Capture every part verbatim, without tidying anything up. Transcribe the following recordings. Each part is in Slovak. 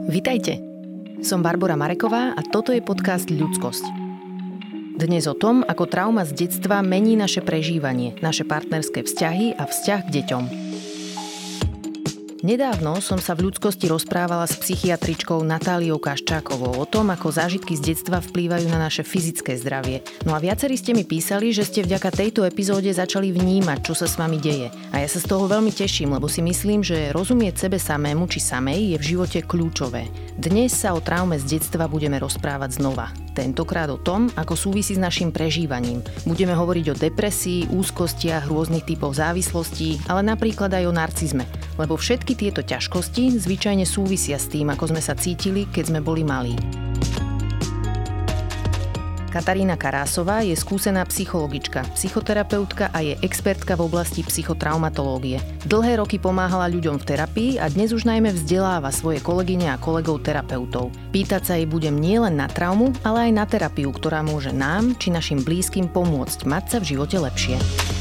Vitajte. Som Barbora Mareková a toto je podcast Ľudskosť. Dnes o tom, ako trauma z detstva mení naše prežívanie, naše partnerské vzťahy a vzťah k deťom. Nedávno som sa v Ľudskosti rozprávala s psychiatričkou Natáliou Kaščákovou o tom, ako zážitky z detstva vplývajú na naše fyzické zdravie. No a viacerí ste mi písali, že ste vďaka tejto epizóde začali vnímať, čo sa s vami deje. A ja sa z toho veľmi teším, lebo si myslím, že rozumieť sebe samému či samej je v živote kľúčové. Dnes sa o traume z detstva budeme rozprávať znova. Tentokrát o tom, ako súvisí s našim prežívaním. Budeme hovoriť o depresii, úzkostiach, rôznych typov závislostí, ale napríklad aj o narcizme. Lebo všetky tieto ťažkosti zvyčajne súvisia s tým, ako sme sa cítili, keď sme boli malí. Katarína Karásová je skúsená psychologička, psychoterapeutka a je expertka v oblasti psychotraumatológie. Dlhé roky pomáhala ľuďom v terapii a dnes už najmä vzdeláva svoje kolegyne a kolegov terapeutov. Pýtať sa jej budem nielen na traumu, ale aj na terapiu, ktorá môže nám či našim blízkym pomôcť mať sa v živote lepšie.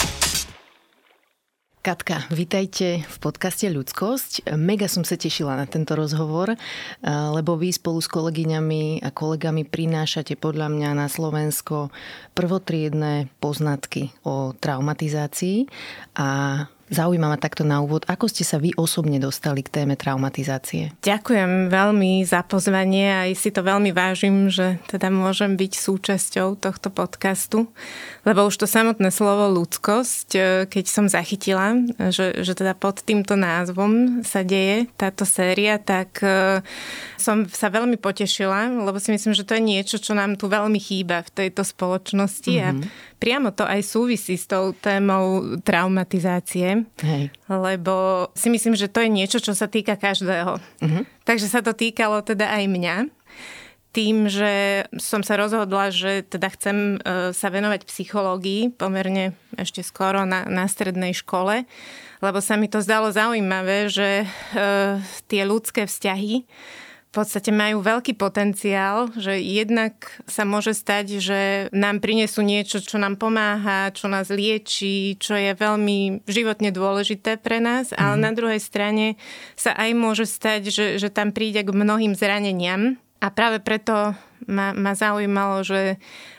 Katka, vitajte v podcaste Ľudskosť. Mega som sa tešila na tento rozhovor, lebo vy spolu s kolegyňami a kolegami prinášate podľa mňa na Slovensko prvotriedne poznatky o traumatizácii a zaujíma ma takto na úvod, ako ste sa vy osobne dostali k téme traumatizácie? Ďakujem veľmi za pozvanie a si to veľmi vážim, že teda môžem byť súčasťou tohto podcastu, lebo už to samotné slovo ľudskosť, keď som zachytila, že, že teda pod týmto názvom sa deje táto séria, tak som sa veľmi potešila, lebo si myslím, že to je niečo, čo nám tu veľmi chýba v tejto spoločnosti mm-hmm. a priamo to aj súvisí s tou témou traumatizácie. Hej. Lebo si myslím, že to je niečo, čo sa týka každého. Uh-huh. Takže sa to týkalo teda aj mňa. Tým, že som sa rozhodla, že teda chcem sa venovať psychológii pomerne ešte skoro na, na strednej škole, lebo sa mi to zdalo zaujímavé, že uh, tie ľudské vzťahy v podstate majú veľký potenciál, že jednak sa môže stať, že nám prinesú niečo, čo nám pomáha, čo nás lieči, čo je veľmi životne dôležité pre nás, mm-hmm. ale na druhej strane sa aj môže stať, že, že tam príde k mnohým zraneniam. A práve preto ma, ma zaujímalo, že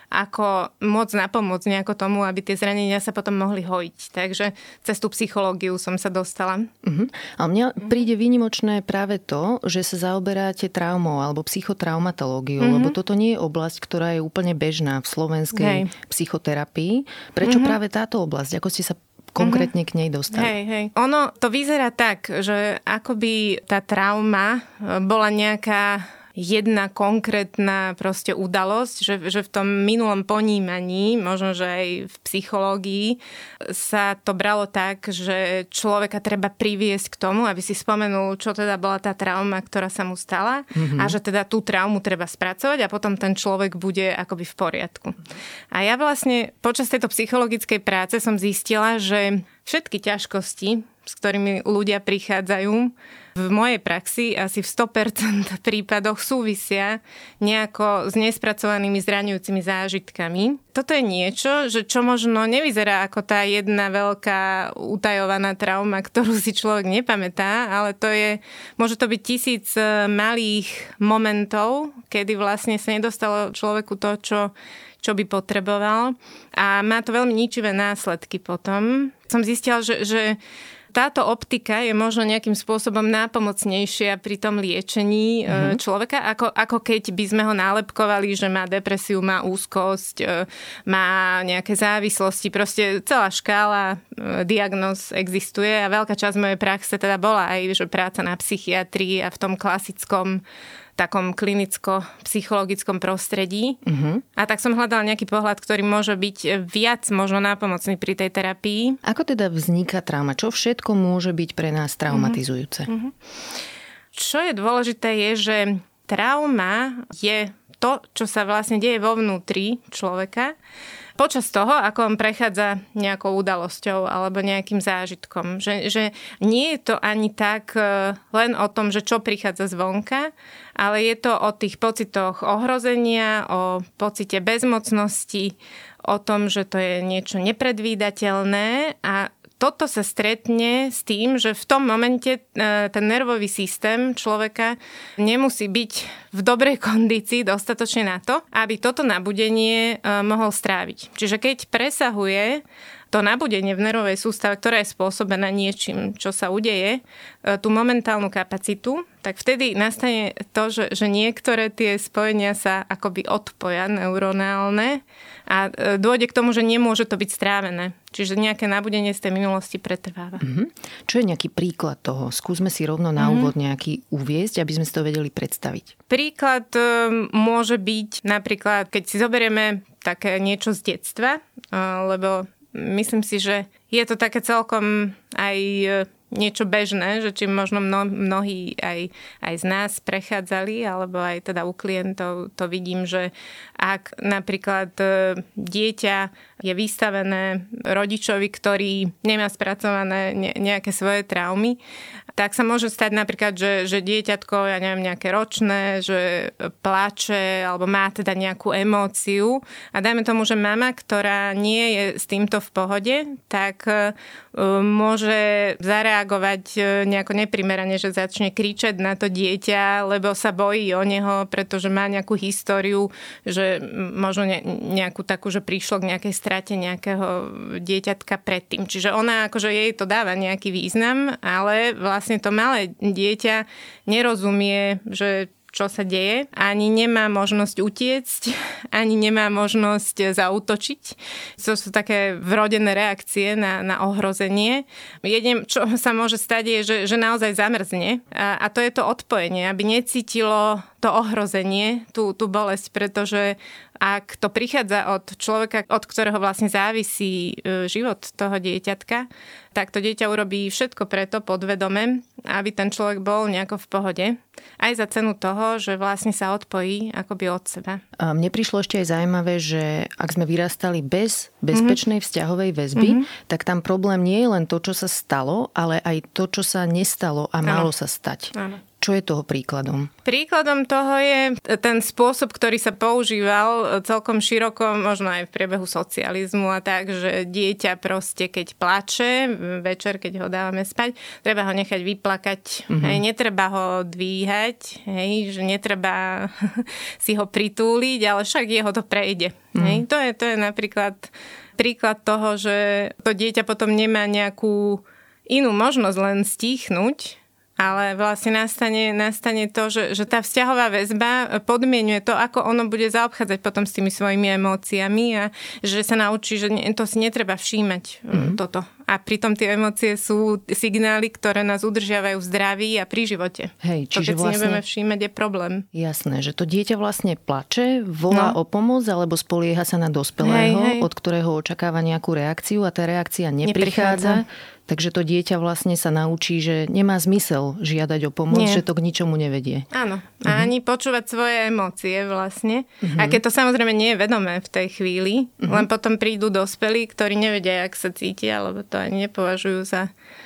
ako môcť napomôcť nejako tomu, aby tie zranenia sa potom mohli hojiť. Takže cez tú psychológiu som sa dostala. Uh-huh. A mňa príde výnimočné práve to, že sa zaoberáte traumou alebo psychotraumatológiou, uh-huh. lebo toto nie je oblasť, ktorá je úplne bežná v slovenskej Hej. psychoterapii. Prečo uh-huh. práve táto oblasť? Ako ste sa konkrétne k nej dostali? Hej, hej. Ono to vyzerá tak, že akoby tá trauma bola nejaká jedna konkrétna proste udalosť, že, že v tom minulom ponímaní, možno, že aj v psychológii sa to bralo tak, že človeka treba priviesť k tomu, aby si spomenul, čo teda bola tá trauma, ktorá sa mu stala mm-hmm. a že teda tú traumu treba spracovať a potom ten človek bude akoby v poriadku. A ja vlastne počas tejto psychologickej práce som zistila, že všetky ťažkosti, s ktorými ľudia prichádzajú, v mojej praxi asi v sto percent prípadoch súvisia nejako s nespracovanými zraňujúcimi zážitkami. Toto je niečo, že čo možno nevyzerá ako tá jedna veľká utajovaná trauma, ktorú si človek nepamätá, ale to je, môže to byť tisíc malých momentov, kedy vlastne sa nedostalo človeku to, čo čo by potreboval. A má to veľmi ničivé následky potom. Som zistila, že, že táto optika je možno nejakým spôsobom nápomocnejšia pri tom liečení mm-hmm. človeka, ako, ako keď by sme ho nálepkovali, že má depresiu, má úzkosť, má nejaké závislosti. Proste celá škála diagnóz existuje a veľká časť mojej praxe teda bola aj že práca na psychiatrii a v tom klasickom takom klinicko-psychologickom prostredí. Uh-huh. A tak som hľadala nejaký pohľad, ktorý môže byť viac možno nápomocný pri tej terapii. Ako teda vzniká trauma? Čo všetko môže byť pre nás traumatizujúce? Uh-huh. Čo je dôležité je, že trauma je to, čo sa vlastne deje vo vnútri človeka počas toho, ako on prechádza nejakou udalosťou alebo nejakým zážitkom. Že, že nie je to ani tak len o tom, že čo prichádza zvonka, ale je to o tých pocitoch ohrozenia, o pocite bezmocnosti, o tom, že to je niečo nepredvídateľné a toto sa stretne s tým, že v tom momente ten nervový systém človeka nemusí byť v dobrej kondícii dostatočne na to, aby toto nabudenie mohol stráviť. Čiže keď presahuje to nabudenie v nervovej sústave, ktorá je spôsobená niečím, čo sa udeje, tú momentálnu kapacitu, tak vtedy nastane to, že, že niektoré tie spojenia sa akoby odpoja neuronálne a dôjde k tomu, že nemôže to byť strávené. Čiže nejaké nabudenie z tej minulosti pretrváva. Mm-hmm. Čo je nejaký príklad toho? Skúsme si rovno na úvod nejaký uviesť, aby sme si to vedeli predstaviť. Príklad môže byť napríklad, keď si zoberieme také niečo z detstva, lebo myslím si, že je to také celkom aj niečo bežné, že čím možno mno, mnohí aj, aj z nás prechádzali, alebo aj teda u klientov to vidím, že ak napríklad dieťa je vystavené rodičovi, ktorý nemá spracované nejaké svoje traumy, tak sa môže stať napríklad, že, že dieťatko, ja neviem, nejaké ročné, že plače alebo má teda nejakú emóciu a dajme tomu, že mama, ktorá nie je s týmto v pohode, tak môže zareagovať nejako neprimerane, že začne kričať na to dieťa, lebo sa bojí o neho, pretože má nejakú históriu, že možno nejakú takú, že prišlo k nejakej strate nejakého dieťatka predtým. Čiže ona akože jej to dáva nejaký význam, ale vlastne to malé dieťa nerozumie, že čo sa deje, ani nemá možnosť utiecť, ani nemá možnosť zaútočiť. To sú také vrodené reakcie na, na ohrozenie. Jedine, čo sa môže stať, je, že, že naozaj zamrzne. A, a to je to odpojenie, aby necítilo to ohrozenie, tú, tú bolesť, pretože ak to prichádza od človeka, od ktorého vlastne závisí život toho dieťatka, tak to dieťa urobí všetko preto podvedome, aby ten človek bol nejako v pohode. Aj za cenu toho, že vlastne sa odpojí akoby od seba. A mne prišlo ešte aj zaujímavé, že ak sme vyrastali bez bezpečnej mm-hmm. vzťahovej väzby, mm-hmm. tak tam problém nie je len to, čo sa stalo, ale aj to, čo sa nestalo a malo sa stať. Áno. Čo je toho príkladom? Príkladom toho je ten spôsob, ktorý sa používal celkom široko, možno aj v priebehu socializmu a tak, že dieťa proste, keď plače, večer, keď ho dávame spať, treba ho nechať vyplakať. Mm-hmm. Hej, netreba ho dvíhať, hej, že netreba si ho pritúliť, ale však jeho to prejde. Mm-hmm. Hej, to je, to je napríklad príklad toho, že to dieťa potom nemá nejakú inú možnosť len stíchnuť, ale vlastne nastane, nastane to, že, že tá vzťahová väzba podmienuje to, ako ono bude zaobchádzať potom s tými svojimi emóciami a že sa naučí, že to si netreba všímať mm-hmm. toto. A pritom tie emócie sú signály, ktoré nás udržiavajú v zdraví a pri živote. Hej, čiže to, keď vlastne, si nebudeme všímať, je problém. Jasné, že to dieťa vlastne plače, volá no. o pomoc alebo spolieha sa na dospelého, hej, hej. od ktorého očakáva nejakú reakciu a tá reakcia neprichádza. neprichádza. Takže to dieťa vlastne sa naučí, že nemá zmysel žiadať o pomoc, Nie. že to k ničomu nevedie. Áno. A uh-huh. ani počúvať svoje emócie vlastne. Uh-huh. A keď to samozrejme nie je vedomé v tej chvíli, uh-huh. len potom prídu dospelí, ktorí nevedia, jak sa cítia, alebo to ani nepovažujú za,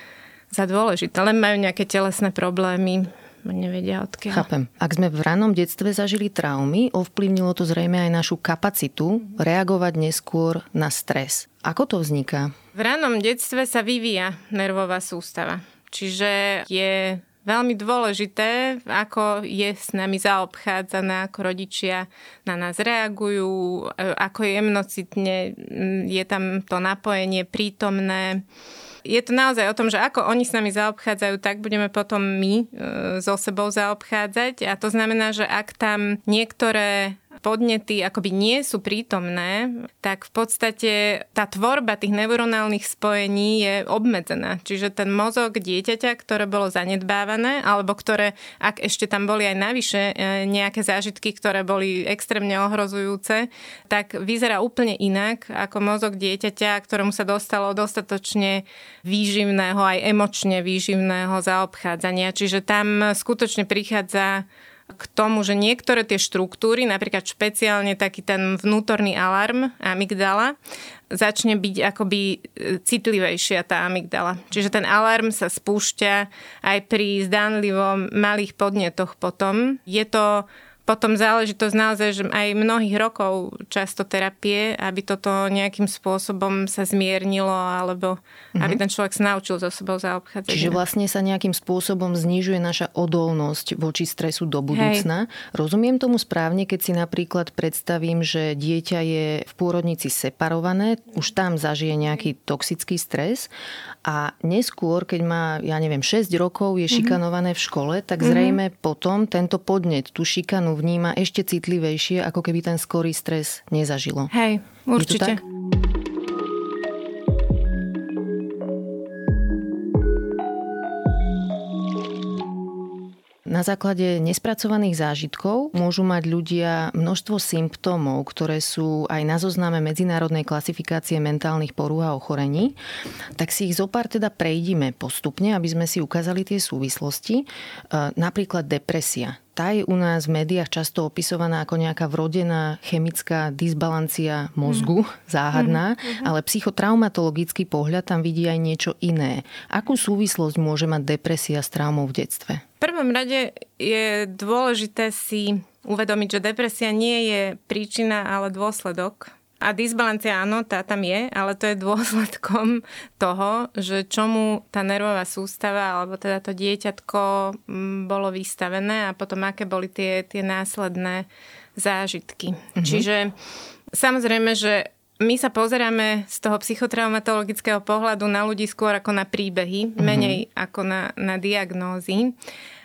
za dôležité. Len majú nejaké telesné problémy, nevedia odkiaľ. Chápem. Ak sme v ranom detstve zažili traumy, ovplyvnilo to zrejme aj našu kapacitu reagovať neskôr na stres. Ako to vzniká? V ranom detstve sa vyvíja nervová sústava. Čiže je veľmi dôležité, ako je s nami zaobchádzaná, ako rodičia na nás reagujú, ako jemnocitne je tam to napojenie prítomné. Je to naozaj o tom, že ako oni s nami zaobchádzajú, tak budeme potom my e, so sebou zaobchádzať. A to znamená, že ak tam niektoré podnety akoby nie sú prítomné, tak v podstate tá tvorba tých neuronálnych spojení je obmedzená. Čiže ten mozog dieťaťa, ktoré bolo zanedbávané, alebo ktoré, ak ešte tam boli aj navyše nejaké zážitky, ktoré boli extrémne ohrozujúce, tak vyzerá úplne inak ako mozog dieťaťa, ktorému sa dostalo dostatočne výživného, aj emočne výživného zaobchádzania. Čiže tam skutočne prichádza k tomu, že niektoré tie štruktúry, napríklad špeciálne taký ten vnútorný alarm, amygdala, začne byť akoby citlivejšia tá amygdala. Čiže ten alarm sa spúšťa aj pri zdánlivo malých podnetoch potom. Je to potom záležitosť naozaj, že aj mnohých rokov často terapie, aby toto nejakým spôsobom sa zmiernilo, alebo mm-hmm. aby ten človek sa naučil so sebou zaobchádzať. Čiže vlastne sa nejakým spôsobom znižuje naša odolnosť voči stresu do budúcna. Hej. Rozumiem tomu správne, keď si napríklad predstavím, že dieťa je v pôrodnici separované, už tam zažije nejaký toxický stres a neskôr, keď má, ja neviem, šesť rokov, je šikanované v škole, tak zrejme mm-hmm. potom tento podnet, tú šikanu vníma ešte citlivejšie, ako keby ten skorý stres nezažilo. Hej, určite. Na základe nespracovaných zážitkov môžu mať ľudia množstvo symptómov, ktoré sú aj na zozname medzinárodnej klasifikácie mentálnych porúch a ochorení. Tak si ich zopár teda prejdime postupne, aby sme si ukázali tie súvislosti. Napríklad depresia. Tá je u nás v médiách často opisovaná ako nejaká vrodená chemická disbalancia mozgu, mm. záhadná, mm. ale psychotraumatologický pohľad tam vidí aj niečo iné. Akú súvislosť môže mať depresia s traumou v detstve? V prvom rade je dôležité si uvedomiť, že depresia nie je príčina, ale dôsledok. A disbalancia, áno, tá tam je, ale to je dôsledkom toho, že čomu tá nervová sústava, alebo teda to dieťatko bolo vystavené a potom aké boli tie, tie následné zážitky. Mm-hmm. Čiže samozrejme, že my sa pozeráme z toho psychotraumatologického pohľadu na ľudí skôr ako na príbehy, mm-hmm. menej ako na, na diagnózy.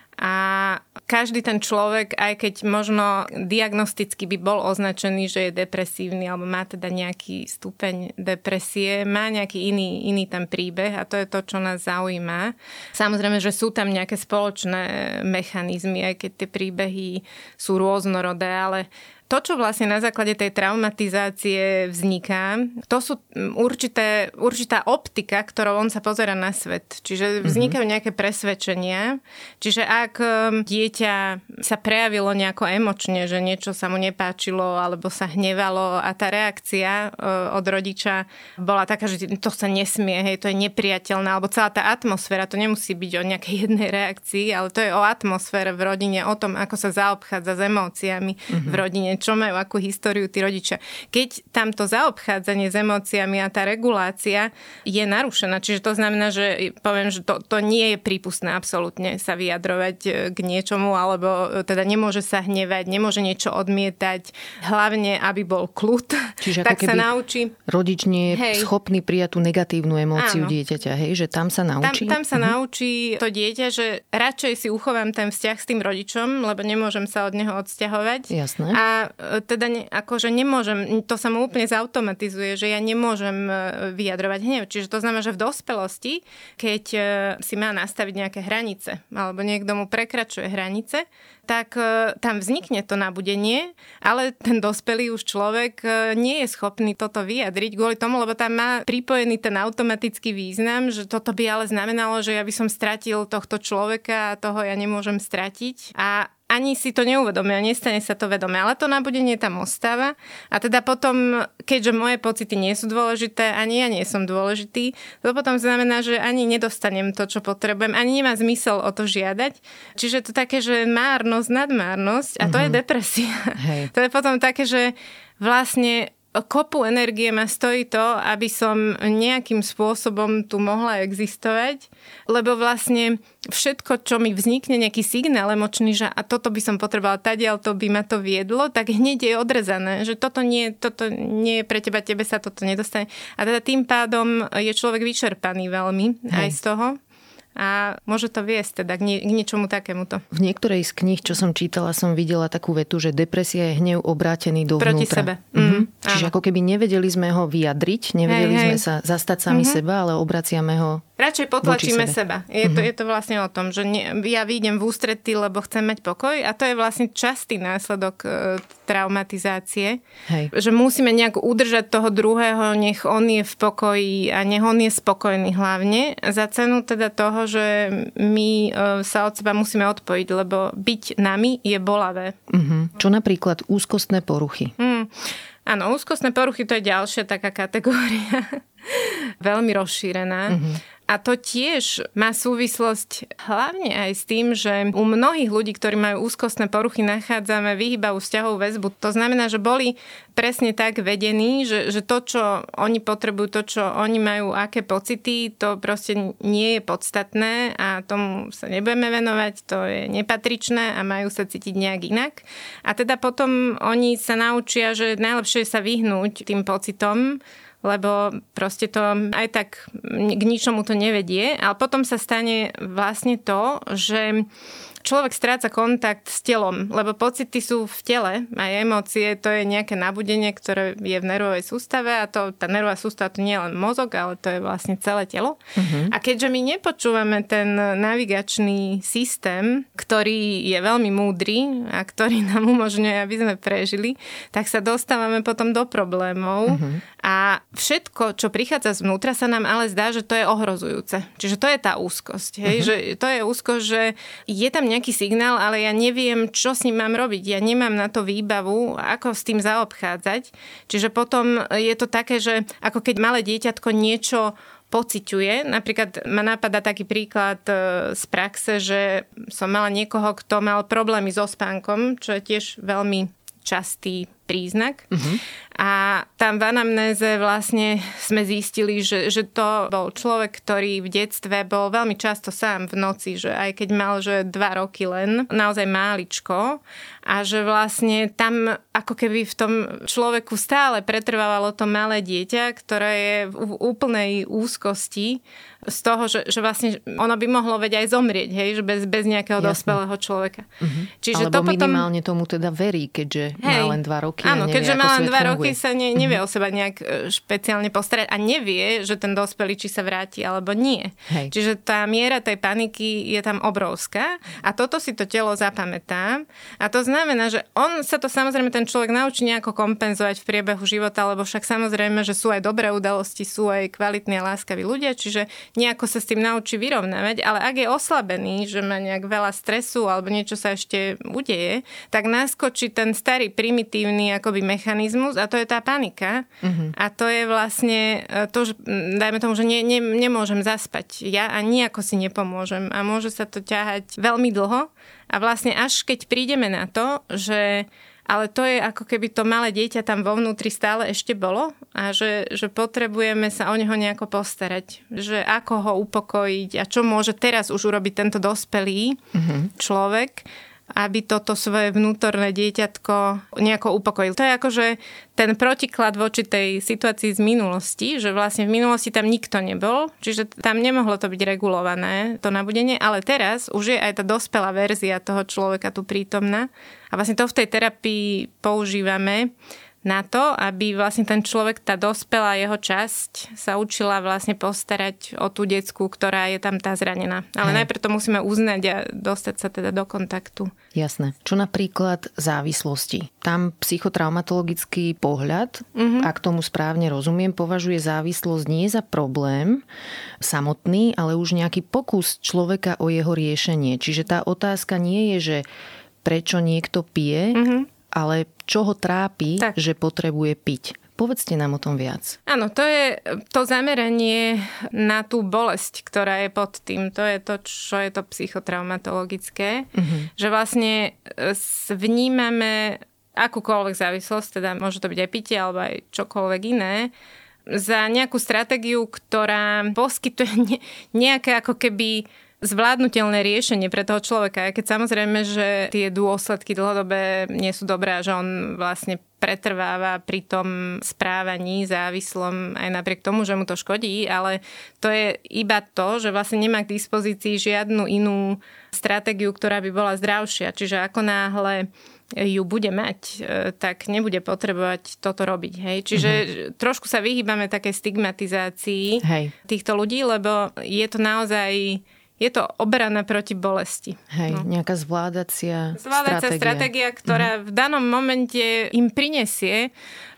A každý ten človek, aj keď možno diagnosticky by bol označený, že je depresívny alebo má teda nejaký stupeň depresie, má nejaký iný, iný ten príbeh a to je to, čo nás zaujíma. Samozrejme, že sú tam nejaké spoločné mechanizmy, aj keď tie príbehy sú rôznorodé, ale to, čo vlastne na základe tej traumatizácie vzniká, to sú určité, určitá optika, ktorou on sa pozerá na svet. Čiže vznikajú nejaké presvedčenia. Čiže ak dieťa sa prejavilo nejako emočne, že niečo sa mu nepáčilo alebo sa hnevalo a tá reakcia od rodiča bola taká, že to sa nesmie, hej, to je nepriateľné, alebo celá tá atmosféra, to nemusí byť o nejakej jednej reakcii, ale to je o atmosfére v rodine, o tom, ako sa zaobchádza s emóciami mm-hmm. v rodine, čo majú, akú históriu tí rodičia. Keď tamto zaobchádzanie s emóciami a tá regulácia je narušená, čiže to znamená, že poviem, že to, to nie je prípustné absolútne sa vyjadrovať k niečomu, alebo teda nemôže sa hnevať, nemôže niečo odmietať, hlavne, aby bol kľud. Čiže tak sa naučí. Rodič nie je hej. schopný prijať tú negatívnu emóciu dieťaťa, hej? Že tam sa naučí? Tam, tam sa uh-huh. naučí to dieťa, že radšej si uchovám ten vzťah s tým rodičom, lebo nemôžem sa od neho odsťahovať. Jasné. A teda ne, akože nemôžem, to sa mu úplne zautomatizuje, že ja nemôžem vyjadrovať hnev. Čiže to znamená, že v dospelosti, keď si má nastaviť nejaké hranice, alebo niekto mu prekračuje hranice, tak tam vznikne to nabudenie, ale ten dospelý už človek nie je schopný toto vyjadriť kvôli tomu, lebo tam má pripojený ten automatický význam, že toto by ale znamenalo, že ja by som stratil tohto človeka a toho ja nemôžem stratiť. A ani si to neuvedomia, nestane sa to vedome, ale to nabudenie tam ostáva a teda potom, keďže moje pocity nie sú dôležité, ani ja nie som dôležitý, to potom znamená, že ani nedostanem to, čo potrebujem, ani nemá zmysel o to žiadať. Čiže to také, že márnosť, nadmárnosť a to mm-hmm. je depresia. Hej. To je potom také, že vlastne kopu energie ma stojí to, aby som nejakým spôsobom tu mohla existovať, lebo vlastne všetko, čo mi vznikne, nejaký signál emočný, že a toto by som potrebovala tadiaľ, to by ma to viedlo, tak hneď je odrezané, že toto nie, toto nie je pre teba, tebe sa toto nedostane. A teda tým pádom je človek vyčerpaný veľmi aj z toho. A môže to viesť teda k, nie, k niečomu takémuto. V niektorej z kníh, čo som čítala, som videla takú vetu, že depresia je hnev obrátený dovnútra. Proti sebe. Mhm. Mm, Čiže áno. ako keby nevedeli sme ho vyjadriť, nevedeli hej, sme hej. sa zastať sami mm-hmm. seba, ale obraciame ho radšej potlačíme seba. Je, mm-hmm. to, je to vlastne o tom, že ne, ja výjdem v ústretí, lebo chcem mať pokoj a to je vlastne častý následok e, traumatizácie. Hej. Že musíme nejak udržať toho druhého, nech on je v pokoji a nech on je spokojný hlavne. Za cenu teda toho, že my e, sa od seba musíme odpojiť, lebo byť nami je bolavé. Mm-hmm. Čo napríklad úzkostné poruchy? Mm. Áno, úzkostné poruchy to je ďalšia taká kategória. Veľmi rozšírená. Mm-hmm. A to tiež má súvislosť hlavne aj s tým, že u mnohých ľudí, ktorí majú úzkostné poruchy, nachádzame vyhýbavú vzťahovú väzbu. To znamená, že boli presne tak vedení, že, že to, čo oni potrebujú, to, čo oni majú, aké pocity, to proste nie je podstatné a tomu sa nebudeme venovať, to je nepatričné a majú sa cítiť nejak inak. A teda potom oni sa naučia, že najlepšie je sa vyhnúť tým pocitom, lebo proste to aj tak k ničomu to nevedie. Ale potom sa stane vlastne to, že človek stráca kontakt s telom, lebo pocity sú v tele, aj emócie, to je nejaké nabudenie, ktoré je v nervovej sústave a to, tá nervová sústava to nie je len mozog, ale to je vlastne celé telo. Uh-huh. A keďže my nepočúvame ten navigačný systém, ktorý je veľmi múdry a ktorý nám umožňuje, aby sme prežili, tak sa dostávame potom do problémov uh-huh. a všetko, čo prichádza zvnútra, sa nám ale zdá, že to je ohrozujúce. Čiže to je tá úzkosť. Hej? Uh-huh. Že to je úzkosť, že je tam nejaký signál, ale ja neviem, čo s ním mám robiť. Ja nemám na to výbavu, ako s tým zaobchádzať. Čiže potom je to také, že ako keď malé dieťatko niečo pociťuje. Napríklad ma napadá taký príklad z praxe, že som mala niekoho, kto mal problémy so spánkom, čo je tiež veľmi častý príznak. Uh-huh. A tam v anamnéze vlastne sme zistili, že, že to bol človek, ktorý v detstve bol veľmi často sám v noci, že aj keď mal že dva roky len, naozaj máličko, a že vlastne tam ako keby v tom človeku stále pretrvávalo to malé dieťa, ktoré je v úplnej úzkosti z toho, že, že vlastne ono by mohlo veď aj zomrieť, hej, že bez, bez nejakého Jasne. dospelého človeka. Uh-huh. Čiže Alebo to potom minimálne tomu teda verí, keďže hej, má len dva roky. Áno, nevie, keďže má len dva funguje. roky, sa ne, nevie uh-huh. o seba nejak špeciálne postarať a nevie, že ten dospelý či sa vráti alebo nie. Hej. Čiže tá miera tej paniky je tam obrovská a toto si to telo zapamätá a to znamená, že on sa to samozrejme ten človek naučí nejako kompenzovať v priebehu života, lebo však samozrejme, že sú aj dobré udalosti, sú aj kvalitní a láskaví ľudia, čiže nejako sa s tým naučí vyrovnávať, ale ak je oslabený, že má nejak veľa stresu alebo niečo sa ešte udeje, tak naskočí ten starý primitívny akoby mechanizmus a to je tá panika. Uh-huh. A to je vlastne to, že dajme tomu, že ne, ne, nemôžem zaspať. Ja a nijako si nepomôžem a môže sa to ťahať veľmi dlho a vlastne až keď prídeme na to, že ale to je ako keby to malé dieťa tam vo vnútri stále ešte bolo a že, že potrebujeme sa o neho nejako postarať. Že ako ho upokojiť a čo môže teraz už urobiť tento dospelý uh-huh. človek, aby toto svoje vnútorné dieťatko nejako upokojil. To je akože ten protiklad voči tej situácii z minulosti, že vlastne v minulosti tam nikto nebol, čiže tam nemohlo to byť regulované, to nabudenie, ale teraz už je aj tá dospelá verzia toho človeka tu prítomná a vlastne to v tej terapii používame na to, aby vlastne ten človek, tá dospelá jeho časť sa učila vlastne postarať o tú decku, ktorá je tam tá zranená. Ale Hej. najprv to musíme uznať a dostať sa teda do kontaktu. Jasné. Čo napríklad závislosti? Tam psychotraumatologický pohľad, mm-hmm. ak tomu správne rozumiem, považuje závislosť nie za problém samotný, ale už nejaký pokus človeka o jeho riešenie. Čiže tá otázka nie je, že prečo niekto pije, mm-hmm. ale čo ho trápi, tak. že potrebuje piť. Povedzte nám o tom viac. Áno, to je to zameranie na tú bolesť, ktorá je pod tým. To je to, čo je to psychotraumatologické. Uh-huh. Že vlastne vnímame akúkoľvek závislosť, teda môže to byť aj pitie alebo aj čokoľvek iné, za nejakú stratégiu, ktorá poskytuje nejaké ako keby zvládnutelné riešenie pre toho človeka. Keď samozrejme, že tie dôsledky dlhodobé nie sú dobré a že on vlastne pretrváva pri tom správaní závislom aj napriek tomu, že mu to škodí, ale to je iba to, že vlastne nemá k dispozícii žiadnu inú stratégiu, ktorá by bola zdravšia. Čiže ako náhle ju bude mať, tak nebude potrebovať toto robiť. Hej? Čiže mm-hmm. trošku sa vyhýbame takej stigmatizácii Hej. týchto ľudí, lebo je to naozaj je to obrana proti bolesti. Hej, no. Nejaká zvládacia Zvládacia stratégia, stratégia ktorá uh-huh. v danom momente im prinesie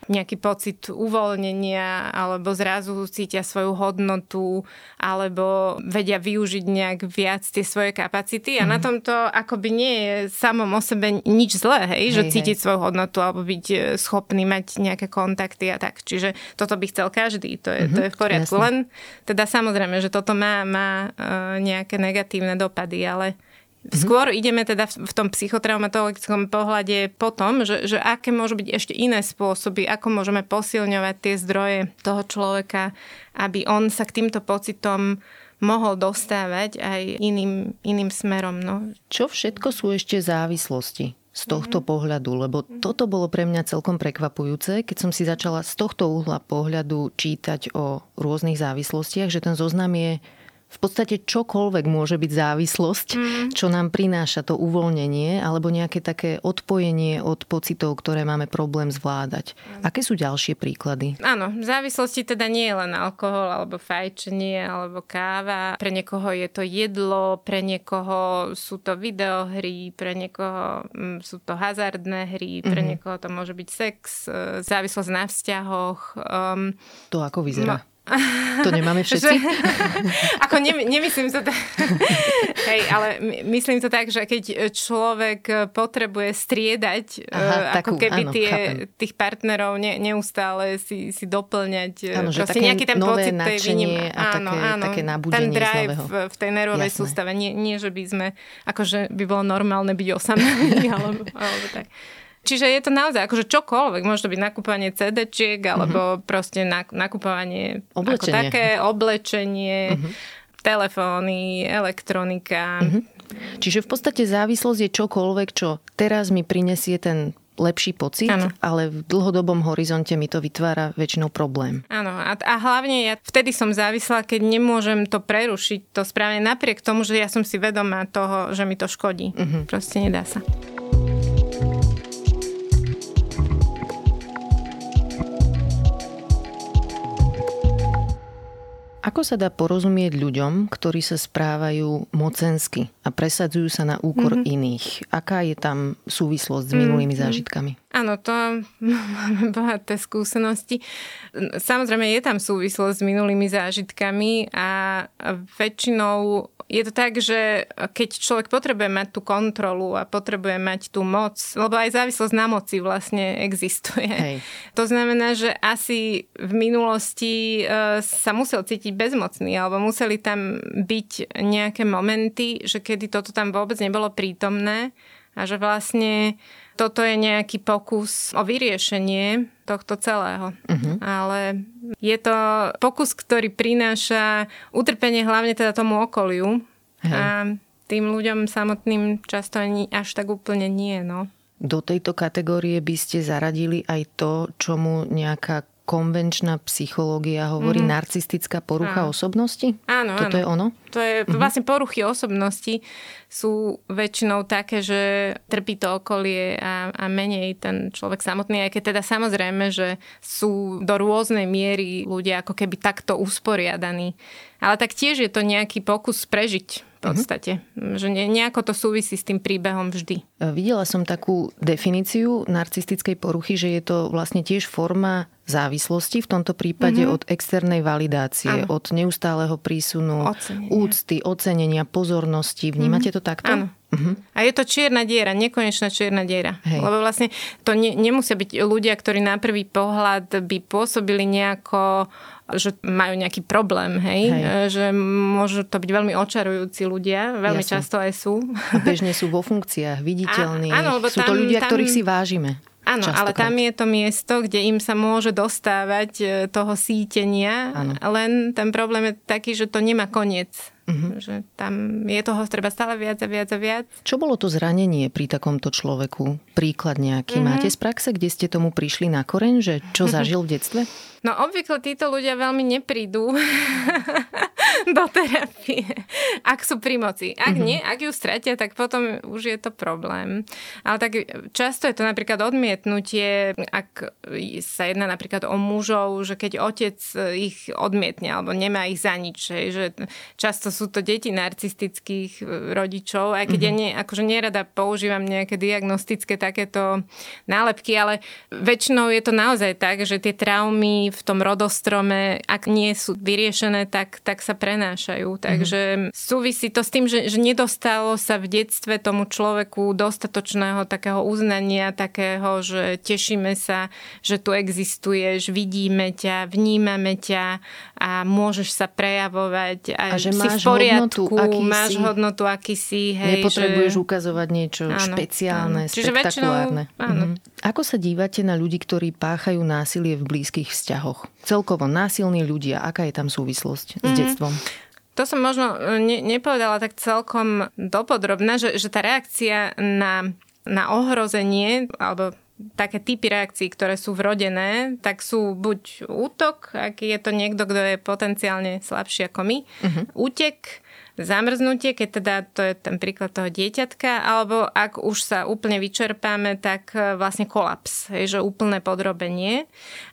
nejaký pocit uvoľnenia, alebo zrazu cítia svoju hodnotu, alebo vedia využiť nejak viac tie svoje kapacity. A mm. na tomto akoby nie je samom o sebe nič zlé, hej, hej že cítiť hej. svoju hodnotu, alebo byť schopný mať nejaké kontakty a tak. Čiže toto by chcel každý, to je, mm-hmm, to je v poriadku. Jasne. Len teda samozrejme, že toto má, má nejaké negatívne dopady, ale Mm-hmm. Skôr ideme teda v tom psychotraumatologickom pohľade po tom, že, že aké môžu byť ešte iné spôsoby, ako môžeme posilňovať tie zdroje toho človeka, aby on sa k týmto pocitom mohol dostávať aj iným, iným smerom. No. Čo všetko sú ešte závislosti z tohto mm-hmm. pohľadu? Lebo toto bolo pre mňa celkom prekvapujúce, keď som si začala z tohto uhla pohľadu čítať o rôznych závislostiach, že ten zoznam je v podstate čokoľvek môže byť závislosť, mm. čo nám prináša to uvoľnenie alebo nejaké také odpojenie od pocitov, ktoré máme problém zvládať. Mm. Aké sú ďalšie príklady? Áno, závislosti teda nie je len alkohol alebo fajčenie alebo káva. Pre niekoho je to jedlo, pre niekoho sú to videohry, pre niekoho sú to hazardné hry, pre mm. niekoho to môže byť sex, závislosť na vzťahoch. Um, to ako vyzerá? No. To nemáme všetci? Že, ako ne, nemyslím to tak. Hej, ale myslím to tak, že keď človek potrebuje striedať, Aha, ako takú, keby áno, tie, tých partnerov ne, neustále si, si doplňať. Áno, že také nejaký ten nové pocit tej výnimky. A áno, také, áno, také nabudenie ten drive z v tej nervovej Jasné. sústave. Nie, nie, že by sme, akože by bolo normálne byť osamelí, alebo, alebo tak. Čiže je to naozaj akože čokoľvek. Môže to byť nakúpovanie cé déčiek, alebo uh-huh. proste nakúpovanie oblečenie. Ako také, oblečenie, uh-huh. telefóny, elektronika. Uh-huh. Čiže v podstate závislosť je čokoľvek, čo teraz mi prinesie ten lepší pocit, ano. Ale v dlhodobom horizonte mi to vytvára väčšinou problém. Áno, a, a hlavne ja vtedy som závislá, keď nemôžem to prerušiť, to správne napriek tomu, že ja som si vedomá toho, že mi to škodí. Uh-huh. Proste nedá sa. Ako sa dá porozumieť ľuďom, ktorí sa správajú mocensky a presadzujú sa na úkor mm-hmm. iných? Aká je tam súvislosť s minulými mm-hmm. zážitkami? Áno, to máme bohaté skúsenosti. Samozrejme je tam súvislosť s minulými zážitkami a väčšinou je to tak, že keď človek potrebuje mať tú kontrolu a potrebuje mať tú moc, lebo aj závislosť na moci vlastne existuje. Hej. To znamená, že asi v minulosti sa musel cítiť bezmocný, alebo museli tam byť nejaké momenty, že kedy toto tam vôbec nebolo prítomné a že vlastne toto je nejaký pokus o vyriešenie tohto celého. Uh-huh. Ale je to pokus, ktorý prináša utrpenie hlavne teda tomu okoliu. Hej. A tým ľuďom samotným často ani až tak úplne nie. No. Do tejto kategórie by ste zaradili aj to, čomu nejaká konvenčná psychológia hovorí, mm-hmm. narcistická porucha áno. osobnosti? Áno, Toto áno. je ono? To je mm-hmm. vlastne poruchy osobnosti sú väčšinou také, že trpí to okolie a, a menej ten človek samotný, aj keď teda samozrejme, že sú do rôznej miery ľudia ako keby takto usporiadaní. Ale tak tiež je to nejaký pokus prežiť v podstate. Mm-hmm. Že nejako to súvisí s tým príbehom vždy. Videla som takú definíciu narcistickej poruchy, že je to vlastne tiež forma závislosti, v tomto prípade mm-hmm. od externej validácie, ano. Od neustáleho prísunu ocenenia. Úcty, ocenenia, pozornosti. Vnímate mm-hmm. to takto? Áno. Uh-huh. A je to čierna diera, nekonečná čierna diera. Hej. Lebo vlastne to ne, nemusia byť ľudia, ktorí na prvý pohľad by pôsobili nejako, že majú nejaký problém, hej? hej. Že môžu to byť veľmi očarujúci ľudia, veľmi Jasne. Často aj sú. A bežne sú vo funkciách, viditeľní. A, áno, sú tam, to ľudia, tam... ktorých si vážime. Áno, ale tam je to miesto, kde im sa môže dostávať toho sítenia, áno. len ten problém je taký, že to nemá koniec. Uh-huh. Že tam je toho treba stále viac a viac a viac. Čo bolo to zranenie pri takomto človeku? Príklad nejaký. Uh-huh. Máte z praxe, kde ste tomu prišli na koreň, že čo zažil v detstve? No obvykle títo ľudia veľmi neprídu do terapie. Ak sú pri moci. Ak mm-hmm. nie, ak ju stratia, tak potom už je to problém. Ale tak často je to napríklad odmietnutie, ak sa jedná napríklad o mužov, že keď otec ich odmietne, alebo nemá ich za nič, že často sú to deti narcistických rodičov, aj keď mm-hmm. ja nie, akože nerada používam nejaké diagnostické takéto nálepky, ale väčšinou je to naozaj tak, že tie traumy v tom rodostrome, ak nie sú vyriešené, tak, tak sa prenášajú. Takže mm-hmm. súvisí to s tým, že, že nedostalo sa v detstve tomu človeku dostatočného takého uznania, takého, že tešíme sa, že tu existuješ, vidíme ťa, vnímame ťa a môžeš sa prejavovať a, a že si máš v poriadku, hodnotu, aký máš si, hodnotu, aký si. Hej, nepotrebuješ že... ukazovať niečo áno, špeciálne, áno. Čiže spektakulárne. Väčšinou, áno. Mhm. Ako sa dívate na ľudí, ktorí páchajú násilie v blízkych vzťahoch? Celkovo násilní ľudia, aká je tam súvislosť mm-hmm. s detstvom? To som možno ne, nepovedala tak celkom dopodrobná, že, že tá reakcia na, na ohrozenie alebo také typy reakcií, ktoré sú vrodené, tak sú buď útok, ak je to niekto, kto je potenciálne slabší ako my, uh-huh. útek, zamrznutie, keď teda to je ten príklad toho dieťatka, alebo ak už sa úplne vyčerpáme, tak vlastne kolaps, že úplné podrobenie.